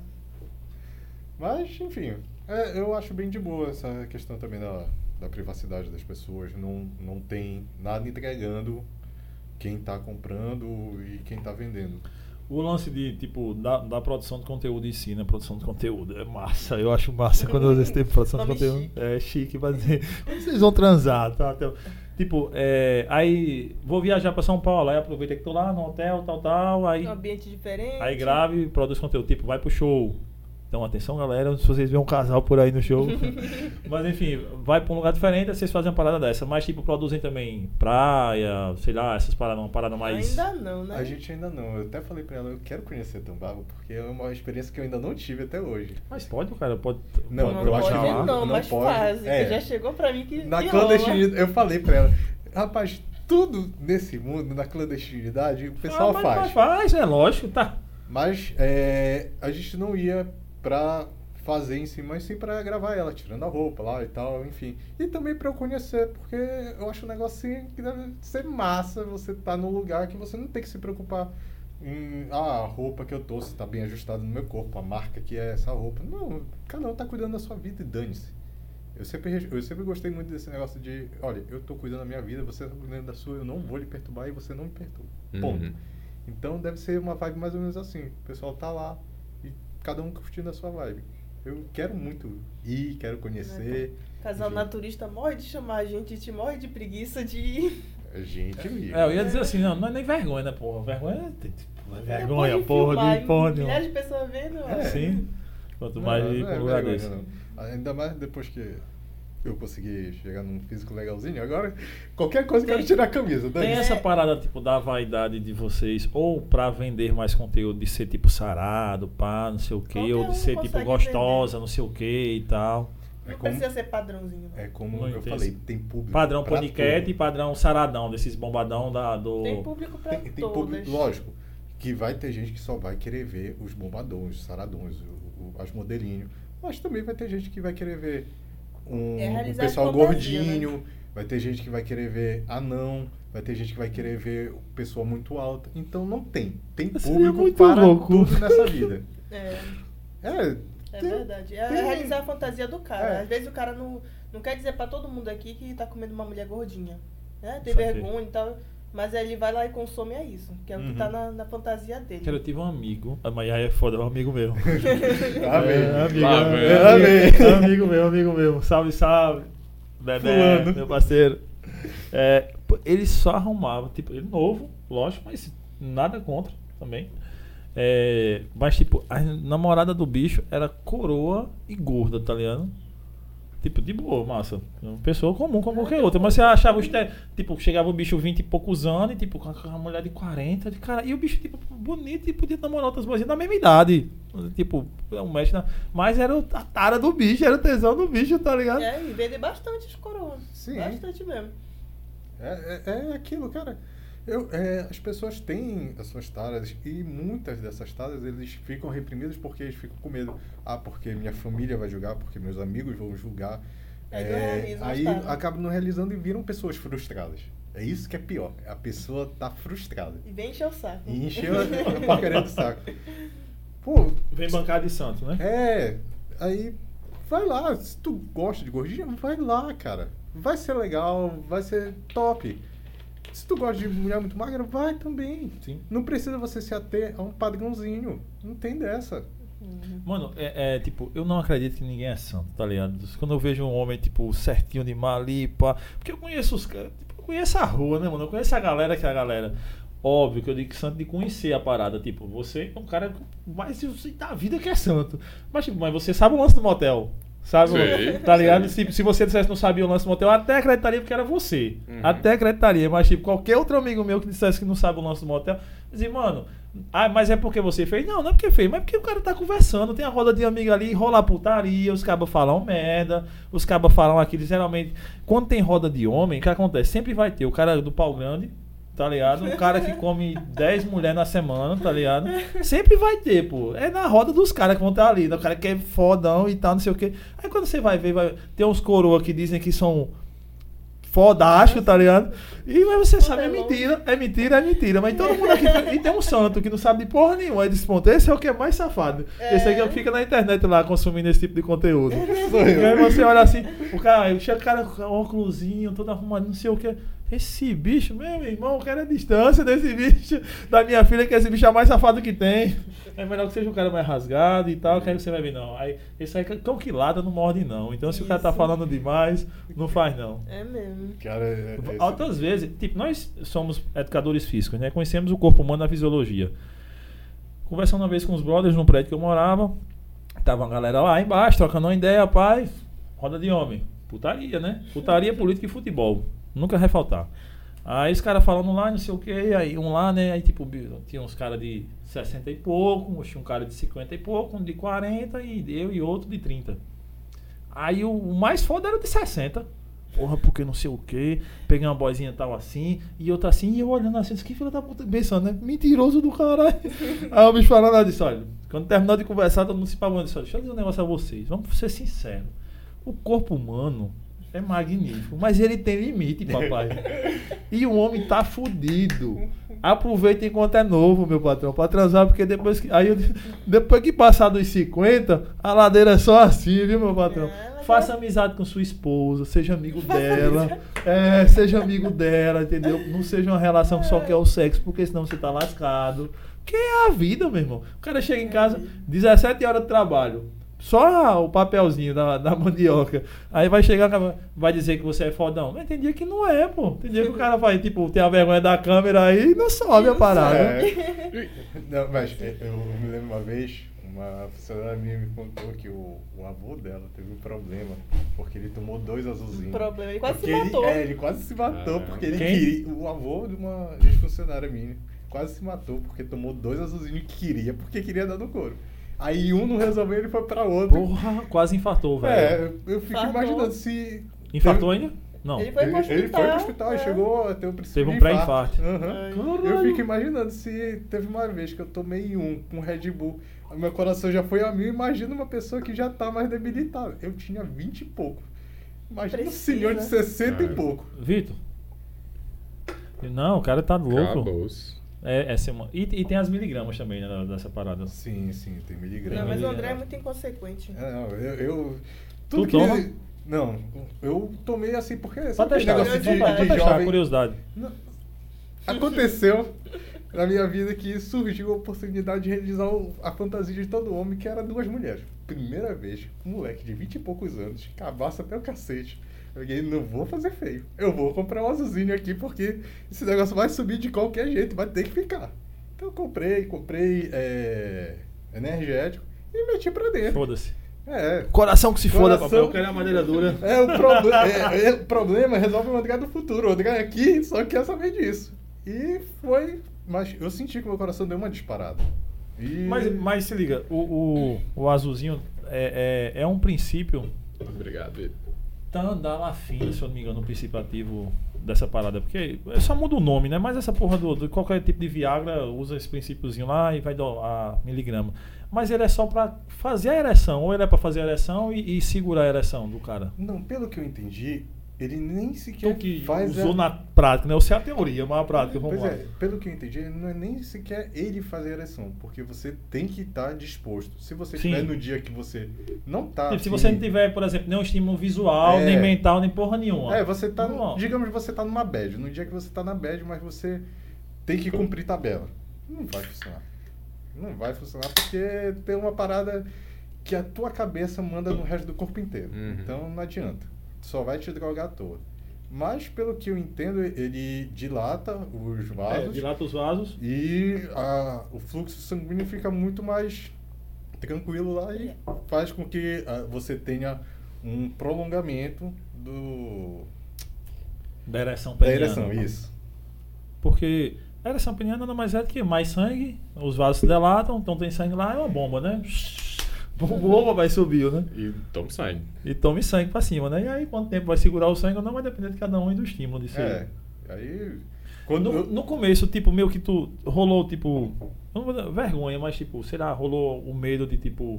Mas, enfim, é, eu acho bem de boa essa questão também da, da privacidade das pessoas. Não, não tem nada entregando quem tá comprando e quem tá vendendo. O lance de, tipo, da, da produção de conteúdo em si, né? Produção de conteúdo é massa. Eu acho massa quando eu uso esse termo, produção de Nome conteúdo. chique. É chique pra dizer. Quando vocês vão transar, tá? Então, tipo, é, aí vou viajar pra São Paulo, aí aproveita que tô lá no hotel, tal, tal, aí, Um ambiente diferente. aí grave e produz conteúdo. Tipo, vai pro show. Então, atenção, galera, se vocês verem um casal por aí no show. Mas, enfim, vai pra um lugar diferente, aí vocês fazem uma parada dessa. Mas, tipo, produzem também praia, sei lá, essas paradas, uma parada mais... Ainda não, né? A gente ainda não. Eu até falei pra ela, eu quero conhecer Tambaú, porque é uma experiência que eu ainda não tive até hoje. Mas pode, cara, pode... Não, Não, eu não acho pode, que não, não mas pode. faz. É. Já chegou pra mim que Na que clandestinidade, eu falei pra ela, rapaz, tudo nesse mundo, na clandestinidade, o pessoal Ah, mas faz. Faz, é lógico, tá. Mas é, a gente não ia pra fazer em si, mas sim pra gravar ela, tirando a roupa lá e tal, enfim. E também pra eu conhecer, porque eu acho um negocinho que deve ser massa você tá num lugar que você não tem que se preocupar em ah, a roupa que eu tô, se tá bem ajustada no meu corpo, a marca que é essa roupa. Não, cada um tá cuidando da sua vida e dane-se. Eu sempre, eu sempre gostei muito desse negócio de, olha, eu tô cuidando da minha vida, você tá cuidando da sua, eu não vou lhe perturbar e você não me perturba. Ponto. Uhum. Então deve ser uma vibe mais ou menos assim. O pessoal tá lá e cada um curtindo a sua vibe. Eu quero muito ir, quero conhecer. Casal Enfim. naturista morre de chamar a gente, a gente morre de preguiça de ir. Gente, amigo. É, eu ia dizer assim, não, não é nem vergonha, né, porra? Vergonha é. Tipo, é vergonha, Pode porra, filmar, de porra. milhares de pessoas vendo. É. ó. Sim. Quanto Não, mais não ir é pra um lugar vergonha, desse. não. Ainda mais depois que eu consegui chegar num físico legalzinho. Agora, qualquer coisa eu quero Tem- tirar a camisa. Tem dane-se. essa parada, tipo, da vaidade de vocês, ou pra vender mais conteúdo, de ser, tipo, sarado, pá, não sei o quê, Qualquer ou de um ser, tipo, consegue gostosa, não sei o quê e tal. É Não como- precisa ser padrãozinho. não. É como Não eu entendo. falei, tem público. Padrão pra paniquete tudo. e padrão saradão, desses bombadão da, do... Tem público pra Tem, tem todas. público, lógico, que vai ter gente que só vai querer ver os bombadões, os saradões, o- o- as modelinhos. Mas também vai ter gente que vai querer ver um, É um realizar pessoal a fantasia, gordinho, vai ter gente que vai querer ver anão, vai ter gente que vai querer ver pessoa muito alta. Então não tem. Tem Seria público muito para louco. tudo nessa vida. É, É, é tem- verdade. É tem- realizar a fantasia do cara. É. Às vezes o cara não, não quer dizer pra todo mundo aqui que tá comendo uma mulher gordinha. Né? Tem Saquei. vergonha e tal. Mas aí ele vai lá e consome é isso. Que é o que Uhum. tá na, na fantasia dele. Cara, eu tive um amigo, ah, mas aí é foda, é um amigo meu. Amém. É, amigo, Lá é, vem. é, Amém. é amigo meu, amigo meu. Salve, salve. Bebê, Fulano. meu parceiro. É, pô, ele só arrumava, tipo, ele novo, lógico, mas nada contra também. É, mas, tipo, a namorada do bicho era coroa e gorda, tá ligado? Tipo, de boa, massa. Uma pessoa comum como qualquer outra. Mas você achava, os te- tipo, chegava o bicho vinte e poucos anos e, tipo, com uma mulher de quarenta, de cara. E o bicho, tipo, bonito e podia namorar outras mulheres da mesma idade. Tipo, é um mestre, na- mas era o- a tara do bicho, era o tesão do bicho, tá ligado? É, e vende bastante os coroas. Sim. Bastante mesmo. É, é, é aquilo, cara. Eu, é, as pessoas têm as suas taras e muitas dessas taras eles ficam reprimidos porque eles ficam com medo. Ah, porque minha família vai julgar, porque meus amigos vão julgar. Aí não realizam aí as taras. acabam não realizando e viram pessoas frustradas. É isso que é pior. A pessoa tá frustrada. E vem encher o saco. E encheu a, a porcaria do saco. Pô, Vem bancar de santo, né? é, aí vai lá, se tu gosta de gordinha, vai lá, cara. Vai ser legal, vai ser top. Se tu gosta de mulher muito magra, vai também. Sim. Não precisa você se ater a um padrãozinho. Não tem dessa. Uhum. Mano, é, é, tipo, eu não acredito que ninguém é santo, tá ligado? Quando eu vejo um homem, tipo, certinho de mar ali, pá. Porque eu conheço os caras, tipo, eu conheço a rua, né, mano? Eu conheço a galera que é a galera. Óbvio que eu digo que santo de conhecer a parada. Tipo, você é um cara mais da vida que é santo. Mas, tipo, mas você sabe o lance do motel. Sabe? Sei, Tá ligado? sei. Se, se você dissesse que não sabia o lance do motel, eu até acreditaria porque era você. Uhum. Até acreditaria. Mas, tipo, qualquer outro amigo meu que dissesse que não sabe o lance do motel, dizia, mano, ah, mas é porque você fez? Não, não é porque fez, mas é porque o cara tá conversando, tem a roda de amigo ali, rola a putaria, os cabas falam merda, os cabas falam aquilo, geralmente, quando tem roda de homem, o que acontece? Sempre vai ter o cara do pau grande, tá ligado? Um cara que come dez mulheres na semana, tá ligado? Sempre vai ter, pô. É na roda dos caras que vão estar ali, né? O cara que é fodão e tal, não sei o quê. Aí quando você vai ver, vai... tem uns coroa que dizem que são fodástico, tá ligado? E mas você sabe, é mentira, é mentira, é mentira. Mas todo mundo aqui. E tem um santo que não sabe de porra nenhuma. Aí desse ponto, esse é o que é mais safado. É. Esse aqui é o que fica na internet lá consumindo esse tipo de conteúdo. Sou E eu. aí você olha assim, o cara, chega o cara com óculosinho, todo arrumado, não sei o que. Esse bicho, meu irmão, eu quero a distância desse bicho, da minha filha, que esse bicho é o mais safado que tem. É melhor que seja um cara mais rasgado e tal, que aí você vai ver, não. Aí, esse aí, cão que lada não morde, não. Então, se o cara tá Isso. falando demais, não faz, não. É mesmo. Cara, é, é, Outras vezes, tipo, nós somos educadores físicos, né? Conhecemos o corpo humano na fisiologia. Conversando uma vez com os brothers no prédio que eu morava, tava uma galera lá embaixo, trocando uma ideia, pai, roda de homem. Putaria, né? Putaria, política e futebol. Nunca vai faltar. Aí os caras falando lá, não sei o que, aí um lá, né? Aí tipo, tinha uns caras de sessenta e pouco, tinha um cara de cinquenta e pouco, um de quarenta, e eu e outro de trinta. Aí o, o mais foda era o de sessenta. Porra, porque não sei o que, peguei uma boizinha tal assim, e outra assim, e eu olhando assim, disse, que filho da puta, pensando, né? Mentiroso do caralho. Aí o bicho falando, eu disse, olha, quando terminou de conversar, todo mundo se pagou, disse, olha, deixa eu dizer um negócio a vocês, vamos ser sinceros. O corpo humano é magnífico. Mas ele tem limite, papai. E o homem tá fudido. Aproveita enquanto é novo, meu patrão, pra transar, porque depois que, aí, eu- depois que passar dos cinquenta, a ladeira é só assim, viu, meu patrão? Ah, mas Faça é- amizade com sua esposa, seja amigo dela. É, seja amigo dela, entendeu? Não seja uma relação que só quer o sexo, porque senão você tá lascado. Que é a vida, meu irmão. O cara chega em casa, dezessete horas de trabalho. Só o papelzinho da, da mandioca. Aí vai chegar, vai dizer que você é fodão. Mas tem dia que não é, pô. Tem dia que o cara vai, tipo, ter a vergonha da câmera aí e não sobe a parada. É. Não, mas eu, eu me lembro uma vez, uma funcionária minha me contou que o, o avô dela teve um problema, porque ele tomou dois azulzinhos. Problema, ele quase Porque se ele- matou. é, ele quase se matou, Caramba. porque ele Quem? queria. O avô de uma ex-funcionária minha quase se matou, porque tomou dois azulzinhos que queria, porque queria dar no couro. Aí um não resolveu, ele foi pra outro. Porra, quase infartou, velho. É, eu fico Infartou. imaginando se. Infartou teve- ainda? Não. Ele foi pro Ele, ele foi pro hospital e é. chegou a ter um princípio Teve um de pré-infarto. Aham. Ai. Eu Caralho. fico imaginando se teve uma vez que eu tomei um com Red Bull, o meu coração já foi a mil. Imagina uma pessoa que já tá mais debilitada. Eu tinha vinte e pouco. Imagina um Precisa. senhor de sessenta É. e pouco. Vitor? Não, o cara tá louco. Acabou-se. É, é semana. E, e tem as miligramas também, né, dessa parada. Sim, sim, tem Não, miligramas. mas o Ele- André é muito inconsequente. É, não, eu, eu- Tu tudo que toma? Não, eu tomei assim porque Pra sabe aquele testar, negócio de, curiosidade. pra de testar, jovem. curiosidade. Não. Aconteceu na minha vida que surgiu a oportunidade de realizar o- a fantasia de todo homem, que era duas mulheres. Primeira vez, um moleque de vinte e poucos anos, cabaça até o cacete. Eu fiquei, não vou fazer feio. Eu vou comprar um azulzinho aqui, porque esse negócio vai subir de qualquer jeito, vai ter que ficar. Então eu comprei, comprei é, energético e meti pra dentro. Foda-se. É. Coração que se foda, Coração- papai. Eu quero a madeira dura. É, o, proble é, é, o problema resolve o André do futuro. O André aqui só quer saber disso. E foi. Mas eu senti que meu coração deu uma disparada. E... Mas, mas se liga, o, o, o azulzinho é, é, é um princípio Obrigado, Vitor. Tandalafina, se eu não me engano, o princípio ativo dessa parada. Porque só muda o nome, né? Mas essa porra do, do qualquer tipo de Viagra usa esse princípiozinho lá e vai dar a miligrama. Mas ele é só pra fazer a ereção, ou ele é pra fazer a ereção e, e segurar a ereção do cara. Não, pelo que eu entendi, ele nem sequer Tu que faz usou a... na prática, né? Eu sei a teoria, mas a prática, vamos Pois lá. é, pelo que eu entendi, não é nem sequer ele fazer a ereção, porque você tem que estar disposto. Se você Sim. estiver no dia que você não tá. Tipo, se afim- você não tiver, por exemplo, nenhum estímulo visual, É. nem mental, nem porra nenhuma. É, você tá. Não. Digamos que você tá numa bad. No dia que você tá na bad, mas você tem que cumprir tabela. Não vai funcionar. Não vai funcionar porque tem uma parada que a tua cabeça manda no resto do corpo inteiro. Uhum. Então não adianta. Só vai te drogar à toa. Mas pelo que eu entendo, ele dilata os É, vasos. dilata os vasos. E a- o fluxo sanguíneo fica muito mais tranquilo lá e faz com que ah, você tenha um prolongamento do Da ereção da peniana. ereção, isso. Porque a ereção peniana nada mais é do que mais sangue, os vasos se dilatam, então tem sangue lá, é uma bomba, né? Bomba vai subir, né? E toma sangue. E tome sangue pra cima, né? E aí quanto tempo vai segurar o sangue ou não vai depender de cada um e do estímulo disso aí. É. Aí quando No, eu- no começo, tipo, meio que tu rolou, tipo, não vou dar vergonha, mas tipo, sei lá, rolou o medo de tipo,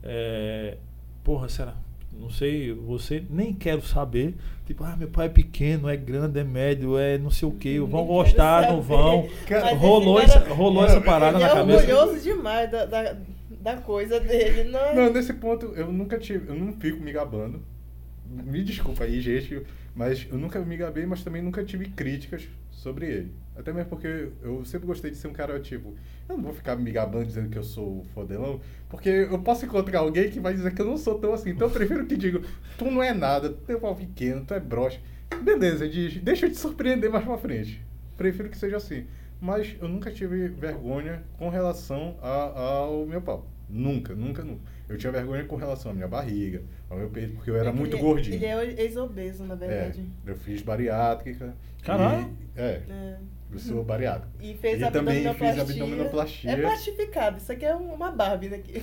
é, porra, será? Não sei, você nem quero saber. Tipo, ah, meu pai é pequeno, é grande, é médio, é não sei o que, Nem vão quero gostar, não saber. vão. Cara, Mas esse Rolou, cara- essa, rolou essa parada Ele na é cabeça. orgulhoso demais da, da, da coisa dele, não é? Não, nesse ponto eu nunca tive, eu não fico me gabando. Me desculpa aí, gente, mas eu nunca me gabei, mas também nunca tive críticas sobre ele. Até mesmo porque eu sempre gostei de ser um cara, tipo, eu não vou ficar me gabando dizendo que eu sou fodelão, porque eu posso encontrar alguém que vai dizer que eu não sou tão assim. Então eu prefiro que diga, tu não é nada, tu tem um pau pequeno, tu é broxa. Beleza, diz, deixa eu te surpreender mais pra frente. Prefiro que seja assim. Mas eu nunca tive vergonha com relação a- ao meu pau. Nunca, nunca, nunca. Eu tinha vergonha com relação à minha barriga, ao meu peito, porque eu era É que muito ele, gordinho. Ele é ex-obeso, na É, verdade. eu fiz bariátrica. Caralho. E, é, É. eu sou bariátrico. E fez E também abdominoplastia. fiz abdominoplastia. É plastificado, isso aqui é um- uma Barbie daqui.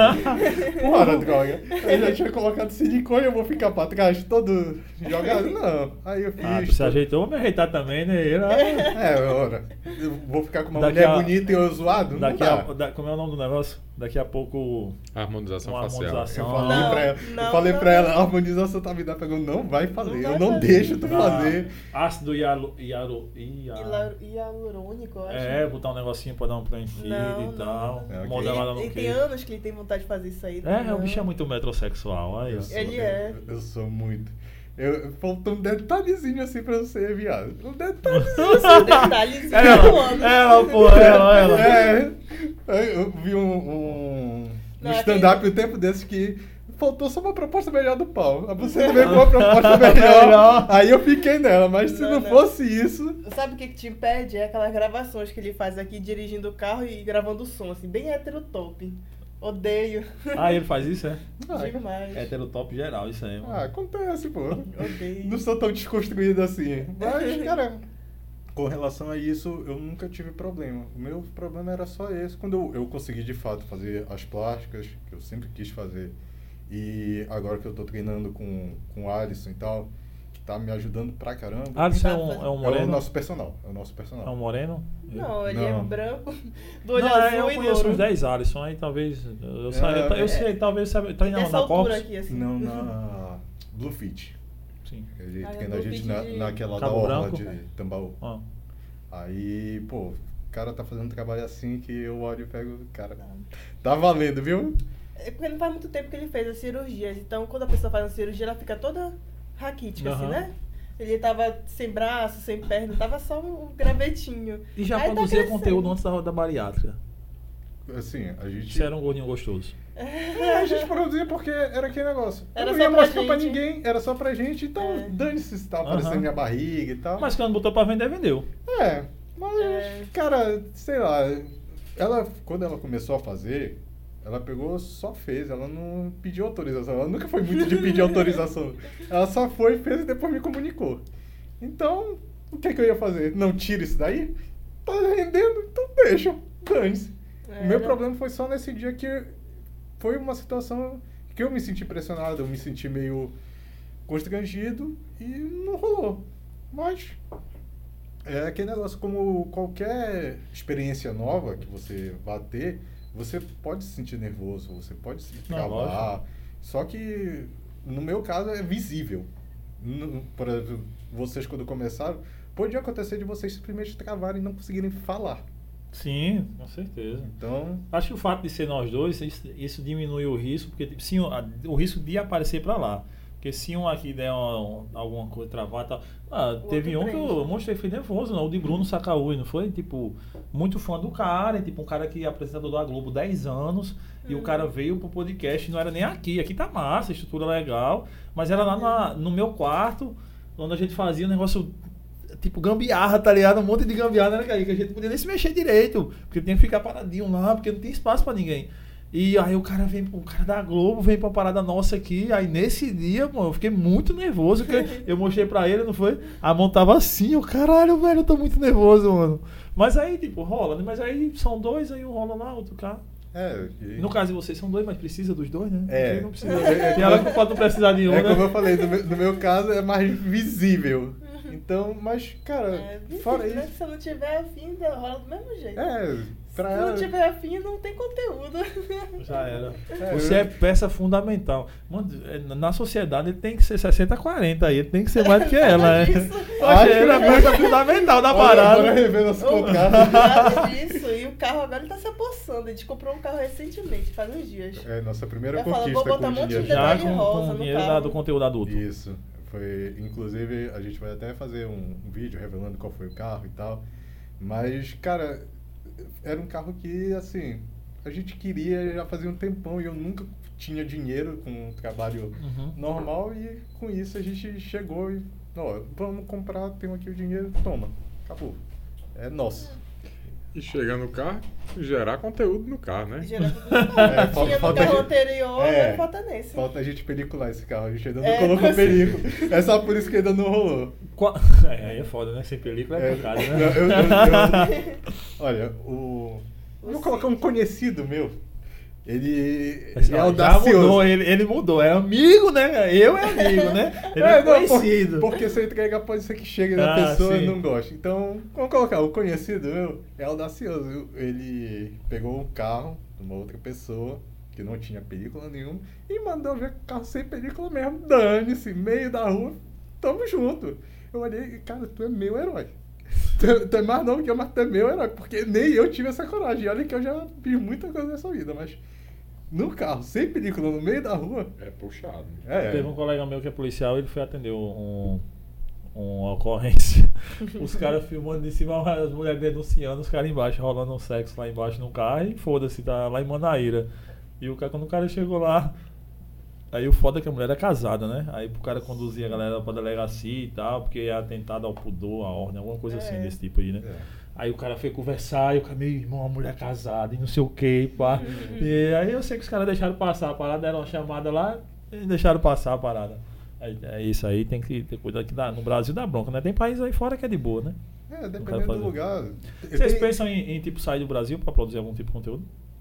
Para, droga. Eu já tinha colocado silicone, eu vou ficar pra trás todo jogado? Não. Aí eu fiz. Ah, tu se ajeitou, vou me ajeitar também, né? Ele, ah, É, ora. Eu vou ficar com uma Daqui mulher a- bonita e eu zoado? Não Daqui dá. a, da, como é o nome do negócio? Daqui a pouco Harmonização uma facial. harmonização. Eu falei Não, pra ela, não, eu falei não, pra ela, não. a harmonização tá me dando, pegou, não vai fazer, Não eu vai não fazer. deixo tu Ah, fazer. ácido hialo, hialo, hialo, Hilar- hialurônico, eu acho. É, botar um negocinho pra dar um preenchido Não, e tal. não, não. É, Modelada no Ele, ele tem queijo. anos que ele tem vontade de fazer isso aí. É, não. o bicho é muito metrosexual, olha Eu isso. sou- Ele é. Eu, eu sou muito. Eu, faltou um detalhezinho assim pra eu ser viado. Um detalhezinho assim. Detalhes Ela, voando. ela, pô, ela, ela. É, eu vi um, um, um Não, é stand-up um tempo desse que faltou só uma proposta melhor do pau. Você também com uma proposta melhor. Melhor. Aí eu fiquei nela, mas se Não, não, não. fosse isso. Sabe o que, que te impede? É aquelas gravações que ele faz aqui dirigindo o carro e gravando o som, assim, bem heterotop. Odeio. Ah, ele faz isso, é? Ah, Demais. Heterotop geral, isso aí, mano. ah, acontece, pô. Odeio. Não sou tão desconstruído assim. Mas, cara, com relação a isso, eu nunca tive problema. O meu problema era só esse. Quando eu, eu consegui, de fato, fazer as plásticas, que eu sempre quis fazer, e agora que eu tô treinando com, com o Alisson e tal, que tá me ajudando pra caramba. Alisson é tá um, fazendo- é um É o moreno? nosso personal. É o nosso personal. É um moreno? Não, ele Não. é branco, do olho Não, é, azul eu e conheço louro. uns dez Alisson, aí talvez. Eu, sa- É, eu, eu é- sei, talvez sabe, treina Dessa na altura Corpus. aqui, assim. Não na Bluefit. Sim. Ele Ah, é treina a gente Bluefit na, de naquela da Cabo orla Branco? de Tambaú. Ah. Aí, pô, o cara tá fazendo um trabalho assim que eu olho e pego, cara, tá valendo, viu? É porque não faz muito tempo que ele fez as cirurgias. Então, quando a pessoa faz uma cirurgia, ela fica toda raquítica, assim, Aham. né? Ele tava sem braço, sem perna, tava só um gravetinho. E já Aí tá produzia crescendo. conteúdo antes da, da bariátrica. Assim, a gente... Você era um gordinho gostoso. É, a gente produzia porque era aquele negócio. Era eu não só ia pra mostrar pra gente. ninguém, era só pra gente, então É. dane-se se tava Aham. aparecendo minha barriga e tal. Mas quando botou pra vender, vendeu. É, mas, É. cara, sei lá, ela, quando ela começou a fazer, ela pegou, só fez, ela não pediu autorização, ela nunca foi muito de pedir autorização. Ela só foi, fez e depois me comunicou. Então, o que, que eu ia fazer? Não tira isso daí? Tá rendendo? Então deixa, dane-se. É, O meu não- problema foi só nesse dia que foi uma situação que eu me senti pressionado, eu me senti meio constrangido e não rolou. Mas é aquele negócio, como qualquer experiência nova que você vá ter, você pode se sentir nervoso, você pode se Não, travar. lógico. Só que no meu caso é visível. No- Por exemplo, vocês quando começaram, podia acontecer de vocês simplesmente travarem e não conseguirem falar. Sim, com certeza. Então, Acho que o fato de ser nós dois, isso, isso diminui o risco, porque tipo, se um, a- o risco de aparecer pra lá. Porque se um aqui der uma- um- alguma coisa travar e tal. Ah, O teve um outro que prende. eu mostrei, foi nervoso, não, o de Bruno Sacaúi, não foi? Tipo, muito fã do cara, tipo, um cara que é apresentador da Globo dez anos, e o cara veio pro podcast, não era nem aqui, aqui tá massa, estrutura legal, mas era lá na- no meu quarto, onde a gente fazia um negócio. Tipo, gambiarra, tá ligado? Um monte de gambiarra, né, cara? Que a gente não podia nem se mexer direito. Porque tinha que ficar paradinho lá, porque não tem espaço pra ninguém. E aí o cara vem, o cara da Globo vem pra parada nossa aqui. Aí nesse dia, mano, eu fiquei muito nervoso. Porque eu mostrei pra ele, não foi? A mão tava assim, o caralho, velho, eu tô muito nervoso, mano. Mas aí, tipo, rola, né? Mas aí são dois, aí um rola lá, outro cá. é. e- No caso de vocês são dois, mas precisa dos dois, né? É. Porque não precisa. Tem hora que pode não precisar de um, É né? como eu falei, no meu, no meu caso é mais visível. Então, mas, cara, É, fora difícil, né? isso. Se você não tiver afim, rola do mesmo jeito. É, pra Se ela. não tiver afim, não tem conteúdo. Já era. É, Você eu- é peça fundamental. Mano, é, na sociedade ele tem que ser sessenta a quarenta aí, ele tem que ser mais do que ela, né? Isso. Poxa, ele é peça fundamental da Bora, bora parada. rever nosso Oh, contrato. nada disso. E o carro agora ele tá se apossando. A gente comprou um carro recentemente, faz uns dias. É, nossa primeira Eu falo, conquista vou botar com um monte de dinheiro. Já detalhe com, rosa com no dinheiro carro. da- do conteúdo adulto. Isso. Foi, inclusive, a gente vai até fazer um, um vídeo revelando qual foi o carro e tal. Mas, cara, era um carro que, assim, a gente queria já fazia um tempão e eu nunca tinha dinheiro com um trabalho Uhum. normal e com isso a gente chegou e, ó, vamos comprar, tem aqui o dinheiro, toma, acabou. É nosso. E chega no carro, gerar conteúdo no carro, né? Gerar tudo. É, falta- Tinha no falta carro gente- anterior, É. agora falta nesse. Falta a gente pelicular esse carro, a gente ainda não É, colocou mas- película. É só por isso que ainda não rolou. Qua- É, aí é foda, né? Sem película é É, complicado, eu- né? eu- eu- eu- olha, o. Vou colocar um conhecido meu. Ele, ele é Já audacioso. mudou, ele, ele mudou. É amigo, né? Eu é amigo, né? Ele é, É, não, conhecido. por- porque se eu entregar pode ser que chegue na Ah, pessoa sim. e não goste. Então, vamos colocar, o conhecido meu é audacioso. Ele pegou um carro de uma outra pessoa que não tinha película nenhuma e mandou ver carro sem película mesmo. Dane-se, meio da rua, tamo junto. Eu olhei, cara, tu é meu herói. Tu, tu é mais novo que eu, mas tu é meu herói. Porque nem eu tive essa coragem. E olha que eu já fiz muita coisa nessa vida, mas no carro, sem película, no meio da rua, É puxado. é. Teve um colega meu que é policial, ele foi atender um, uma ocorrência. Os caras filmando de cima, as mulheres denunciando, os caras embaixo, rolando um sexo lá embaixo no carro e foda-se, tá lá em Manaíra. E o cara, quando o cara chegou lá, aí o foda é que a mulher é casada, né? Aí pro cara conduzir a galera pra delegacia e tal, porque é atentado ao pudor, à ordem, alguma coisa assim É. desse tipo aí, né? É. Aí o cara foi conversar e o cara, meu irmão, uma mulher casada e não sei o que, pá. E aí eu sei que os caras deixaram passar a parada, deram uma chamada lá e deixaram passar a parada. É, é isso aí, tem que ter cuidado que dá, no Brasil dá bronca, né? Tem país aí fora que é de boa, né? É, Não quero dependendo fazer. do lugar. Vocês Tem- pensam em, em, tipo sair do Brasil pra produzir algum tipo de conteúdo?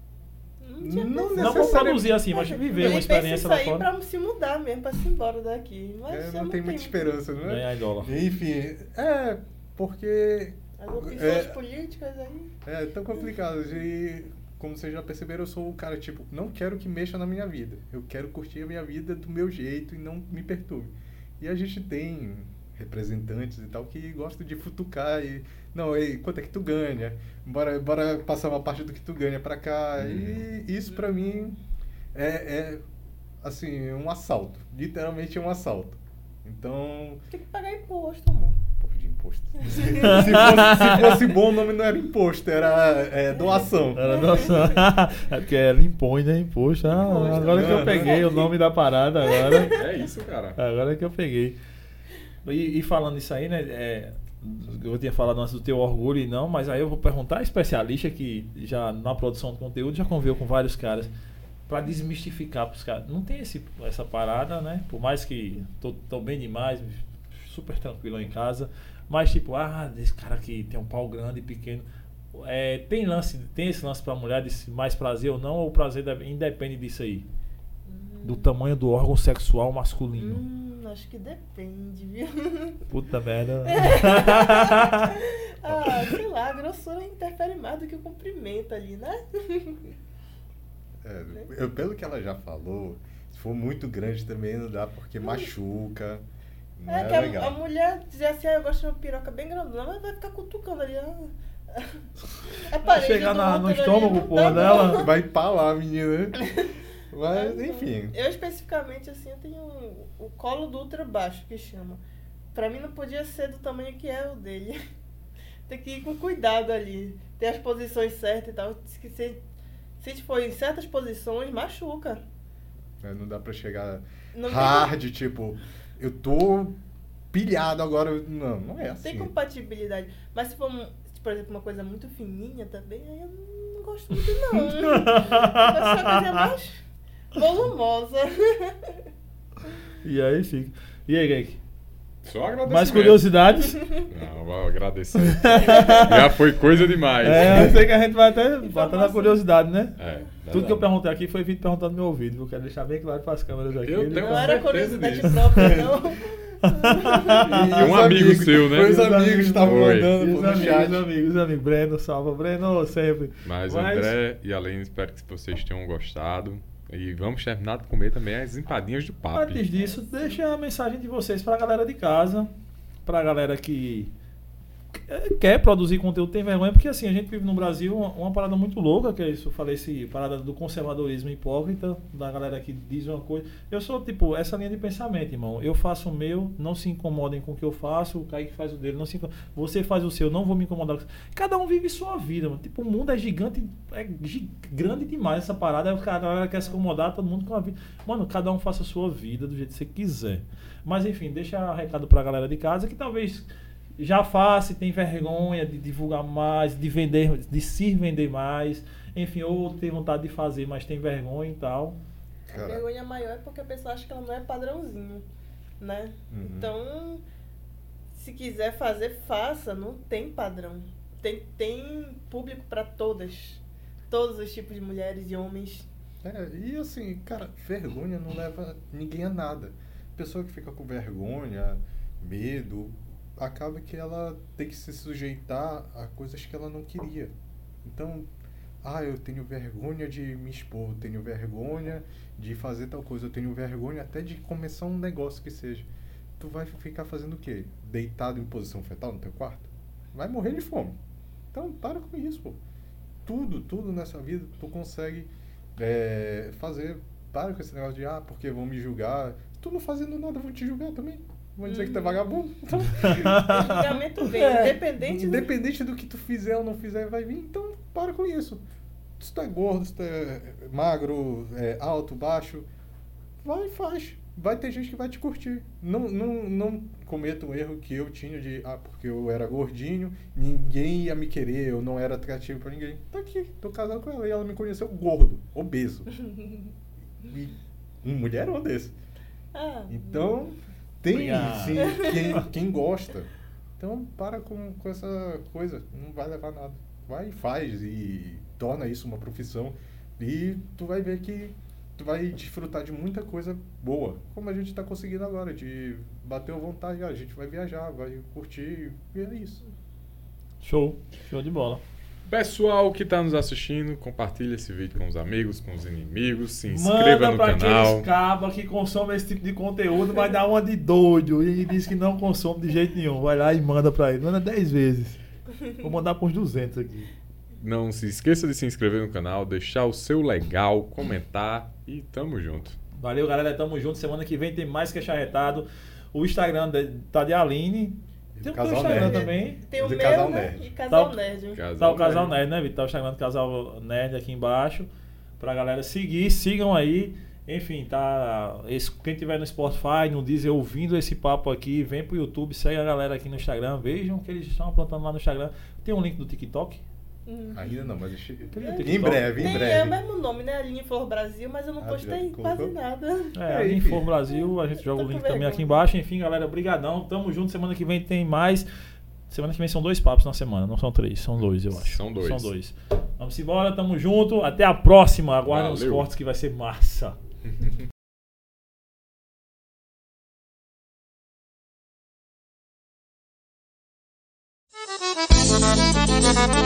Não tinha Não pensado. Não pra necessariamente. produzir assim, mas viver uma experiência lá sair fora. pra se mudar mesmo, pra se embora daqui. Mas É, eu não tem muita esperança, não é? Ganhar em dólar. Enfim, é, porque As opções É. políticas aí. é tão complicado. E como vocês já perceberam, eu sou um cara, tipo, não quero que mexa na minha vida. Eu quero curtir a minha vida do meu jeito e não me perturbe. E a gente tem representantes e tal que gostam de futucar e... Não, ei, quanto é que tu ganha? Bora, bora passar uma parte do que tu ganha pra cá. Uhum. E isso pra mim é, é, assim, um assalto. Literalmente é um assalto. Então... Tem que pagar imposto, amor. Porra de imposto. se, fosse, se fosse bom, o nome não era imposto, era é, doação. Era nossa. É porque ela impõe, né? Imposto. Ah, Imposto. agora que eu peguei o nome da parada, agora. É isso, cara. Agora que eu peguei. E, e falando isso aí, né? É, eu tinha falado antes do teu orgulho e não, mas aí eu vou perguntar a especialista que já na produção de conteúdo já conviveu com vários caras pra desmistificar pros caras. Não tem esse, essa parada, né? Por mais que tô, tô bem demais, super tranquilo em casa, mas tipo, ah, esse cara aqui tem um pau grande e pequeno. É, tem lance, tem esse lance pra mulher de se mais prazer ou não, ou o prazer deve- independe disso aí? Do tamanho do órgão sexual masculino. Hum, acho que depende, viu? Puta merda. Ah, sei lá, a grossura interfere mais do que o comprimento ali, né? É, eu, pelo que ela já falou, se for muito grande também não dá, porque machuca. Não É é, que a, legal. a mulher dizer assim, ah, eu gosto de uma piroca bem grandona, mas vai ficar cutucando ali. ah. A parede chegar do na- no útero ali, estômago, não porra, dá, dela. não. Vai empalar a menina, né? Mas, Mas, enfim. Eu especificamente, assim, eu tenho o, o colo do útero baixo, que chama. Pra mim não podia ser do tamanho que é o dele. Tem que ir com cuidado ali. Ter as posições certas e tal. Se, se, se for em certas posições, machuca. É, não dá pra chegar Não tem hard, tipo, eu tô pilhado agora. Não, não é Não tem assim. compatibilidade. Mas se for, um- por exemplo, uma coisa muito fininha também, aí eu não gosto muito, não. Eu gosto de uma coisa mais volumosa. E aí fica. E aí, Geek? Só agradecer. Mais curiosidades? Não, vou agradecer. Já foi coisa demais. É, eu sei que a gente vai até bater na Informação. curiosidade, né? É, Tudo que eu verdade. perguntei aqui foi vídeo perguntando no meu ouvido. Eu quero deixar bem claro para as câmeras aqui. Eu Ele- tenho Não era certeza curiosidade disso. própria, não. E Um os amigo amigos, seu, né? Foi os Os amigos amigos, estavam foi. E mandando os no amigos, chat. os amigos, os amigos. Breno, salva. Breno, sempre. Mas, Mas- André e Aline, espero que vocês tenham gostado. E vamos terminar de comer também as empadinhas do papo. Antes disso, deixa a mensagem de vocês para a galera de casa, para a galera que quer produzir conteúdo, tem vergonha, porque assim, a gente vive no Brasil uma, uma parada muito louca, que é isso, eu falei, esse parada do conservadorismo hipócrita, da galera que diz uma coisa. Eu sou, tipo, essa linha de pensamento, irmão. Eu faço o meu, não se incomodem com o que eu faço, o Kaique faz o dele, não se incomodem. Você faz o seu, não vou me incomodar com isso. Cada um vive sua vida, mano. Tipo, o mundo é gigante, é gi- grande demais essa parada, aí o cara a galera quer se incomodar, todo mundo com a vida. Mano, cada um faça a sua vida do jeito que você quiser. Mas enfim, deixa recado pra galera de casa que talvez já faça e tem vergonha de divulgar mais, de vender, de se vender mais, enfim, ou tem vontade de fazer, mas tem vergonha e tal. A Cara. vergonha maior é porque a pessoa acha que ela não é padrãozinho, né? Uhum. Então, se quiser fazer, faça. Não tem padrão. Tem, tem público para todas. Todos os tipos de mulheres e homens. É, e assim, cara, vergonha não leva ninguém a nada. Pessoa que fica com vergonha, medo, acaba que ela tem que se sujeitar a coisas que ela não queria. Então, ah, eu tenho vergonha de me expor, eu tenho vergonha de fazer tal coisa, eu tenho vergonha até de começar um negócio que seja. Tu vai ficar fazendo o quê? Deitado em posição fetal no teu quarto? Vai morrer de fome. Então, para com isso, pô. Tudo, tudo nessa vida tu consegue é, fazer. Para com esse negócio de, ah, porque vão me julgar. Tu não fazendo nada, vão te julgar também. Vão dizer hum. que tu é vagabundo. Então, julgamento vem, é, independente, independente do... do que tu fizer ou não fizer, vai vir. Então, para com isso. Se tu é gordo, se tu é magro, é, alto, baixo, vai e faz. Vai ter gente que vai te curtir. Não, não, não cometa o erro que eu tinha de, ah, porque eu era gordinho, ninguém ia me querer, eu não era atrativo pra ninguém. Tá aqui, tô casado com ela e ela me conheceu gordo, obeso. E um mulherão desse. Ah, então, tem obrigado. sim, quem, quem gosta. Então, para com, com essa coisa, não vai levar nada. Vai e faz e torna isso uma profissão e tu vai ver que tu vai desfrutar de muita coisa boa, como a gente está conseguindo agora, de bater à vontade, a gente vai viajar, vai curtir, e é isso. Show, show de bola. Pessoal que está nos assistindo, compartilha esse vídeo com os amigos, com os inimigos, se inscreva Manda no pra canal. aqueles cabas que consomem esse tipo de conteúdo, vai dar uma de doido e diz que não consome de jeito nenhum. Vai lá e manda pra ele, manda dez vezes. Vou mandar para uns duzentos aqui. Não se esqueça de se inscrever no canal, deixar o seu legal, comentar e tamo junto. Valeu, galera. Tamo junto. Semana que vem tem mais que Arretado. O Instagram de, tá de Aline. Tem o Casal Instagram Nerd. também. tem o Do meu, Casal né? Nerd. E Casal Tá- Nerd. Casal Tá o Casal Nerd. Nerd, né, Vitor? Tá o Instagram do Casal Nerd aqui embaixo. Pra galera seguir. Sigam aí. Enfim, tá. Esse, quem tiver no Spotify, no Deezer, ouvindo esse papo aqui, vem pro YouTube, segue a galera aqui no Instagram. Vejam que eles estão plantando lá no Instagram. Tem um link do TikTok. Hum. Ainda não, mas che- Tem no em TikTok. breve, em Tem é o breve. mesmo nome, né? Aline Flor Brasil, mas eu não Ah, postei já quase colocou? nada. É, É, ali enfim. For Brasil, a gente joga Tô o link com também vergonha. aqui embaixo. Enfim, galera, brigadão. Tamo junto. Semana que vem tem mais. Semana que vem são dois papos na semana, não são três, são dois, eu acho. São dois. São dois. Vamos embora, tamo junto. Até a próxima. Aguardem os Valeu. cortes que vai ser massa.